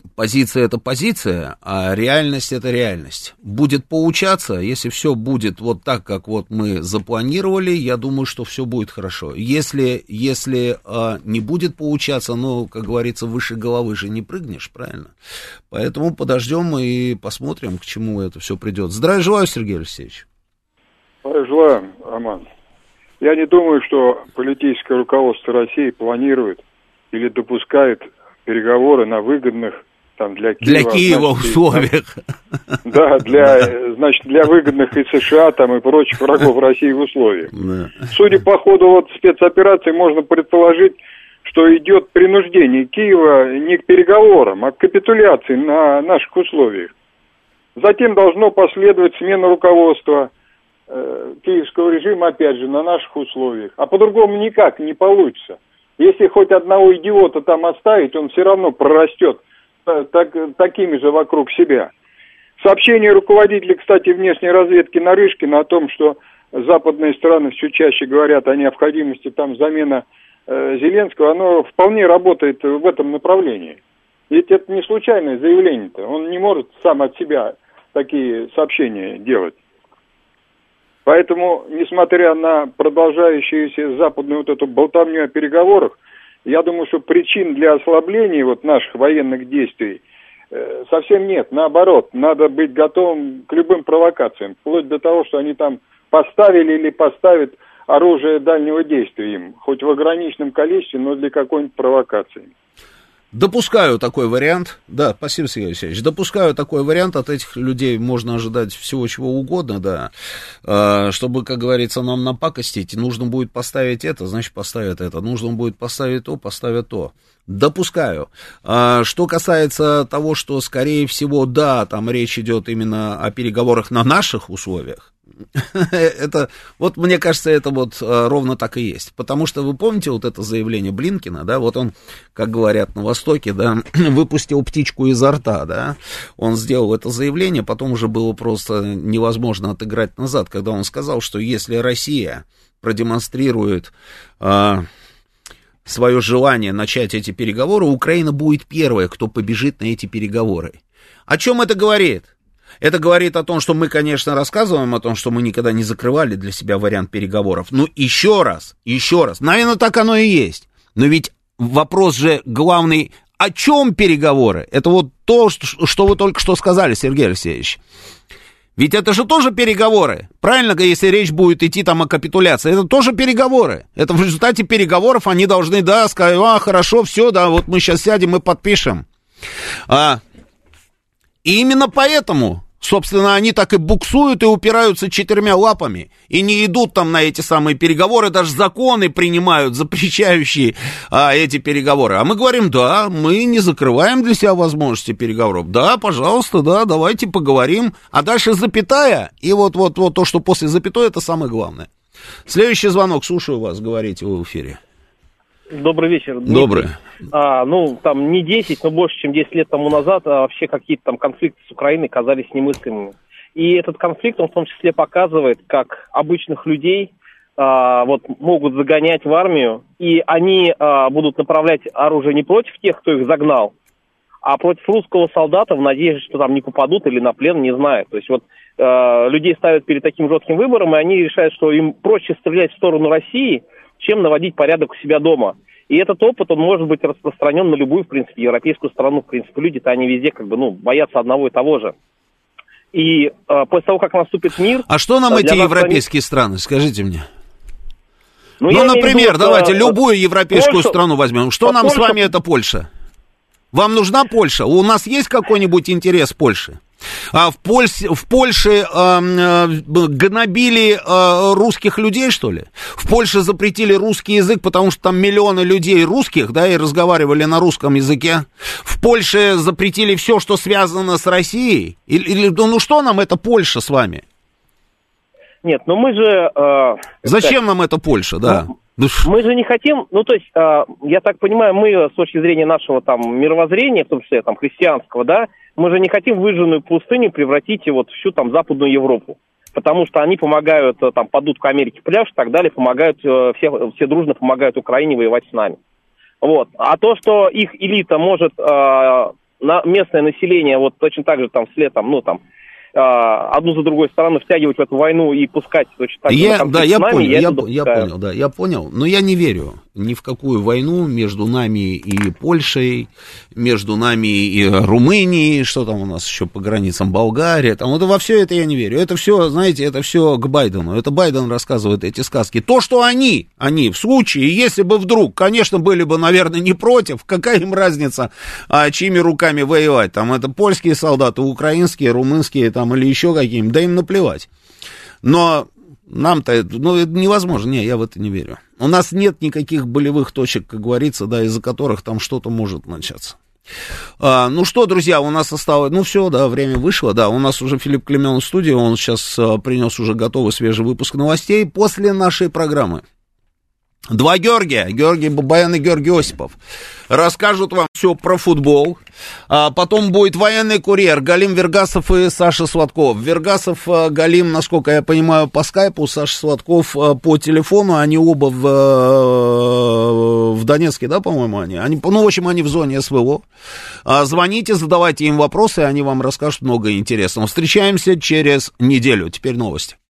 позиция — это позиция, а реальность — это реальность. Будет поучаться, если все будет вот так, как вот мы запланировали, я думаю, что все будет хорошо. Если, если а, не будет поучаться, ну, как говорится, выше головы же не прыгнешь, правильно? Поэтому подождем и посмотрим, к чему это все придет. Здравия желаю, Сергей Алексеевич. Здравия желаю, Роман. Я не думаю, что политическое руководство России планирует или допускает переговоры на выгодных там для Киева, для Киева значит, условиях. Да, для, значит, для выгодных и США там и прочих врагов России в условиях. Да. Судя по ходу вот спецоперации, можно предположить, что идет принуждение Киева не к переговорам, а к капитуляции на наших условиях. Затем должно последовать смена руководства э, киевского режима, опять же, на наших условиях. А по-другому никак не получится. Если хоть одного идиота там оставить, он все равно прорастет так, такими же вокруг себя. Сообщение руководителя, кстати, внешней разведки Нарышкина о том, что западные страны все чаще говорят о необходимости там замена э, Зеленского, оно вполне работает в этом направлении. Ведь это не случайное заявление-то. Он не может сам от себя такие сообщения делать. Поэтому, несмотря на продолжающуюся западную вот эту болтовню о переговорах, я думаю, что причин для ослабления вот наших военных действий э, совсем нет. Наоборот, надо быть готовым к любым провокациям, вплоть до того, что они там поставили или поставят оружие дальнего действия им, хоть в ограниченном количестве, но для какой-нибудь провокации. Допускаю такой вариант, да, спасибо, Сергей Алексеевич, допускаю такой вариант, от этих людей можно ожидать всего чего угодно, да, а, чтобы, как говорится, нам напакостить, нужно будет поставить это, значит, поставят это, нужно будет поставить то, поставят то, допускаю. А, что касается того, что, скорее всего, да, там речь идет именно о переговорах на наших условиях, это, вот мне кажется, это вот а, ровно так и есть, потому что вы помните вот это заявление Блинкена, да, вот он, как говорят на Востоке, да, выпустил птичку изо рта, да, он сделал это заявление, потом уже было просто невозможно отыграть назад, когда он сказал, что если Россия продемонстрирует а, свое желание начать эти переговоры, Украина будет первая, кто побежит на эти переговоры. О чем это говорит? Это говорит о том, что мы, конечно, рассказываем о том, что мы никогда не закрывали для себя вариант переговоров. Но еще раз, еще раз, наверное, так оно и есть. Но ведь вопрос же главный, о чем переговоры? Это вот то, что вы только что сказали, Сергей Алексеевич. Ведь это же тоже переговоры. Правильно, если речь будет идти там о капитуляции, это тоже переговоры. Это в результате переговоров они должны, да, сказать, а, хорошо, все, да, вот мы сейчас сядем и подпишем. А, и именно поэтому, собственно, они так и буксуют и упираются четырьмя лапами. И не идут там на эти самые переговоры, даже законы принимают, запрещающие а, эти переговоры. А мы говорим, да, мы не закрываем для себя возможности переговоров. Да, пожалуйста, да, давайте поговорим. А дальше запятая, и вот-вот вот то, что после запятой, это самое главное. Следующий звонок, слушаю вас, говорите вы в эфире. Добрый вечер. Дмитрий. Добрый. А, ну, там не десять, но больше, чем десять лет тому назад а, вообще какие-то там конфликты с Украиной казались немыслимыми. И этот конфликт, он в том числе показывает, как обычных людей а, вот, могут загонять в армию, и они а, будут направлять оружие не против тех, кто их загнал, а против русского солдата в надежде, что там не попадут или на плен, не знаю. То есть вот а, людей ставят перед таким жестким выбором, и они решают, что им проще стрелять в сторону России, чем наводить порядок у себя дома. И этот опыт, он может быть распространен на любую, в принципе, европейскую страну. В принципе, люди-то они везде как бы, ну, боятся одного и того же. И э, после того, как наступит мир... А что нам эти европейские они... страны, скажите мне? Ну, ну например, виду, давайте, что... любую европейскую Польшу... страну возьмем. Что а нам Польша... с вами это Польша? Вам нужна Польша? У нас есть какой-нибудь интерес Польши? А в, Польше, в Польше э, э, гнобили э, русских людей, что ли? В Польше запретили русский язык, потому что там миллионы людей русских, да, и разговаривали на русском языке. В Польше запретили все, что связано с Россией. Или, или, ну что нам это Польша с вами? Нет, ну мы же... Э, Зачем так, нам это Польша, да? Ну, мы же не хотим, ну то есть, э, я так понимаю, мы с точки зрения нашего там мировоззрения, в том числе там христианского, да, мы же не хотим выжженную пустыню превратить вот всю там Западную Европу, потому что они помогают, там, падут к Америке пляж и так далее, помогают, все, все дружно помогают Украине воевать с нами. Вот. А то, что их элита может э, на местное население вот точно так же там вслед там, ну там, одну за другой сторону втягивать в эту войну и пускать точно так же я, на конфликт да, я с нами, понял, я, я, это я понял, да, я понял, но я не верю ни в какую войну между нами и Польшей, между нами и Румынией, что там у нас еще по границам, Болгария, там, вот во все это я не верю, это все, знаете, это все к Байдену, это Байден рассказывает эти сказки, то, что они, они в случае, если бы вдруг, конечно, были бы, наверное, не против, какая им разница, а, чьими руками воевать, там, это польские солдаты, украинские, румынские, там, или еще какие-нибудь, да им наплевать, но нам-то, ну, это невозможно, не, я в это не верю. У нас нет никаких болевых точек, как говорится, да, из-за которых там что-то может начаться. А, ну что, друзья, у нас осталось, ну все, да, время вышло, да, у нас уже Филипп Клейменов в студии, он сейчас а, принес уже готовый свежий выпуск новостей после нашей программы. Два Георгия, Георгий Бабаян и Георгий Осипов, расскажут вам все про футбол. А потом будет военный курьер Галим Вергасов и Саша Сладков. Вергасов, Галим, насколько я понимаю, по скайпу, Саша Сладков по телефону. Они оба в, в Донецке, да, по-моему, они? они? Ну, в общем, они в зоне СВО. Звоните, задавайте им вопросы, они вам расскажут много интересного. Встречаемся через неделю. Теперь новости.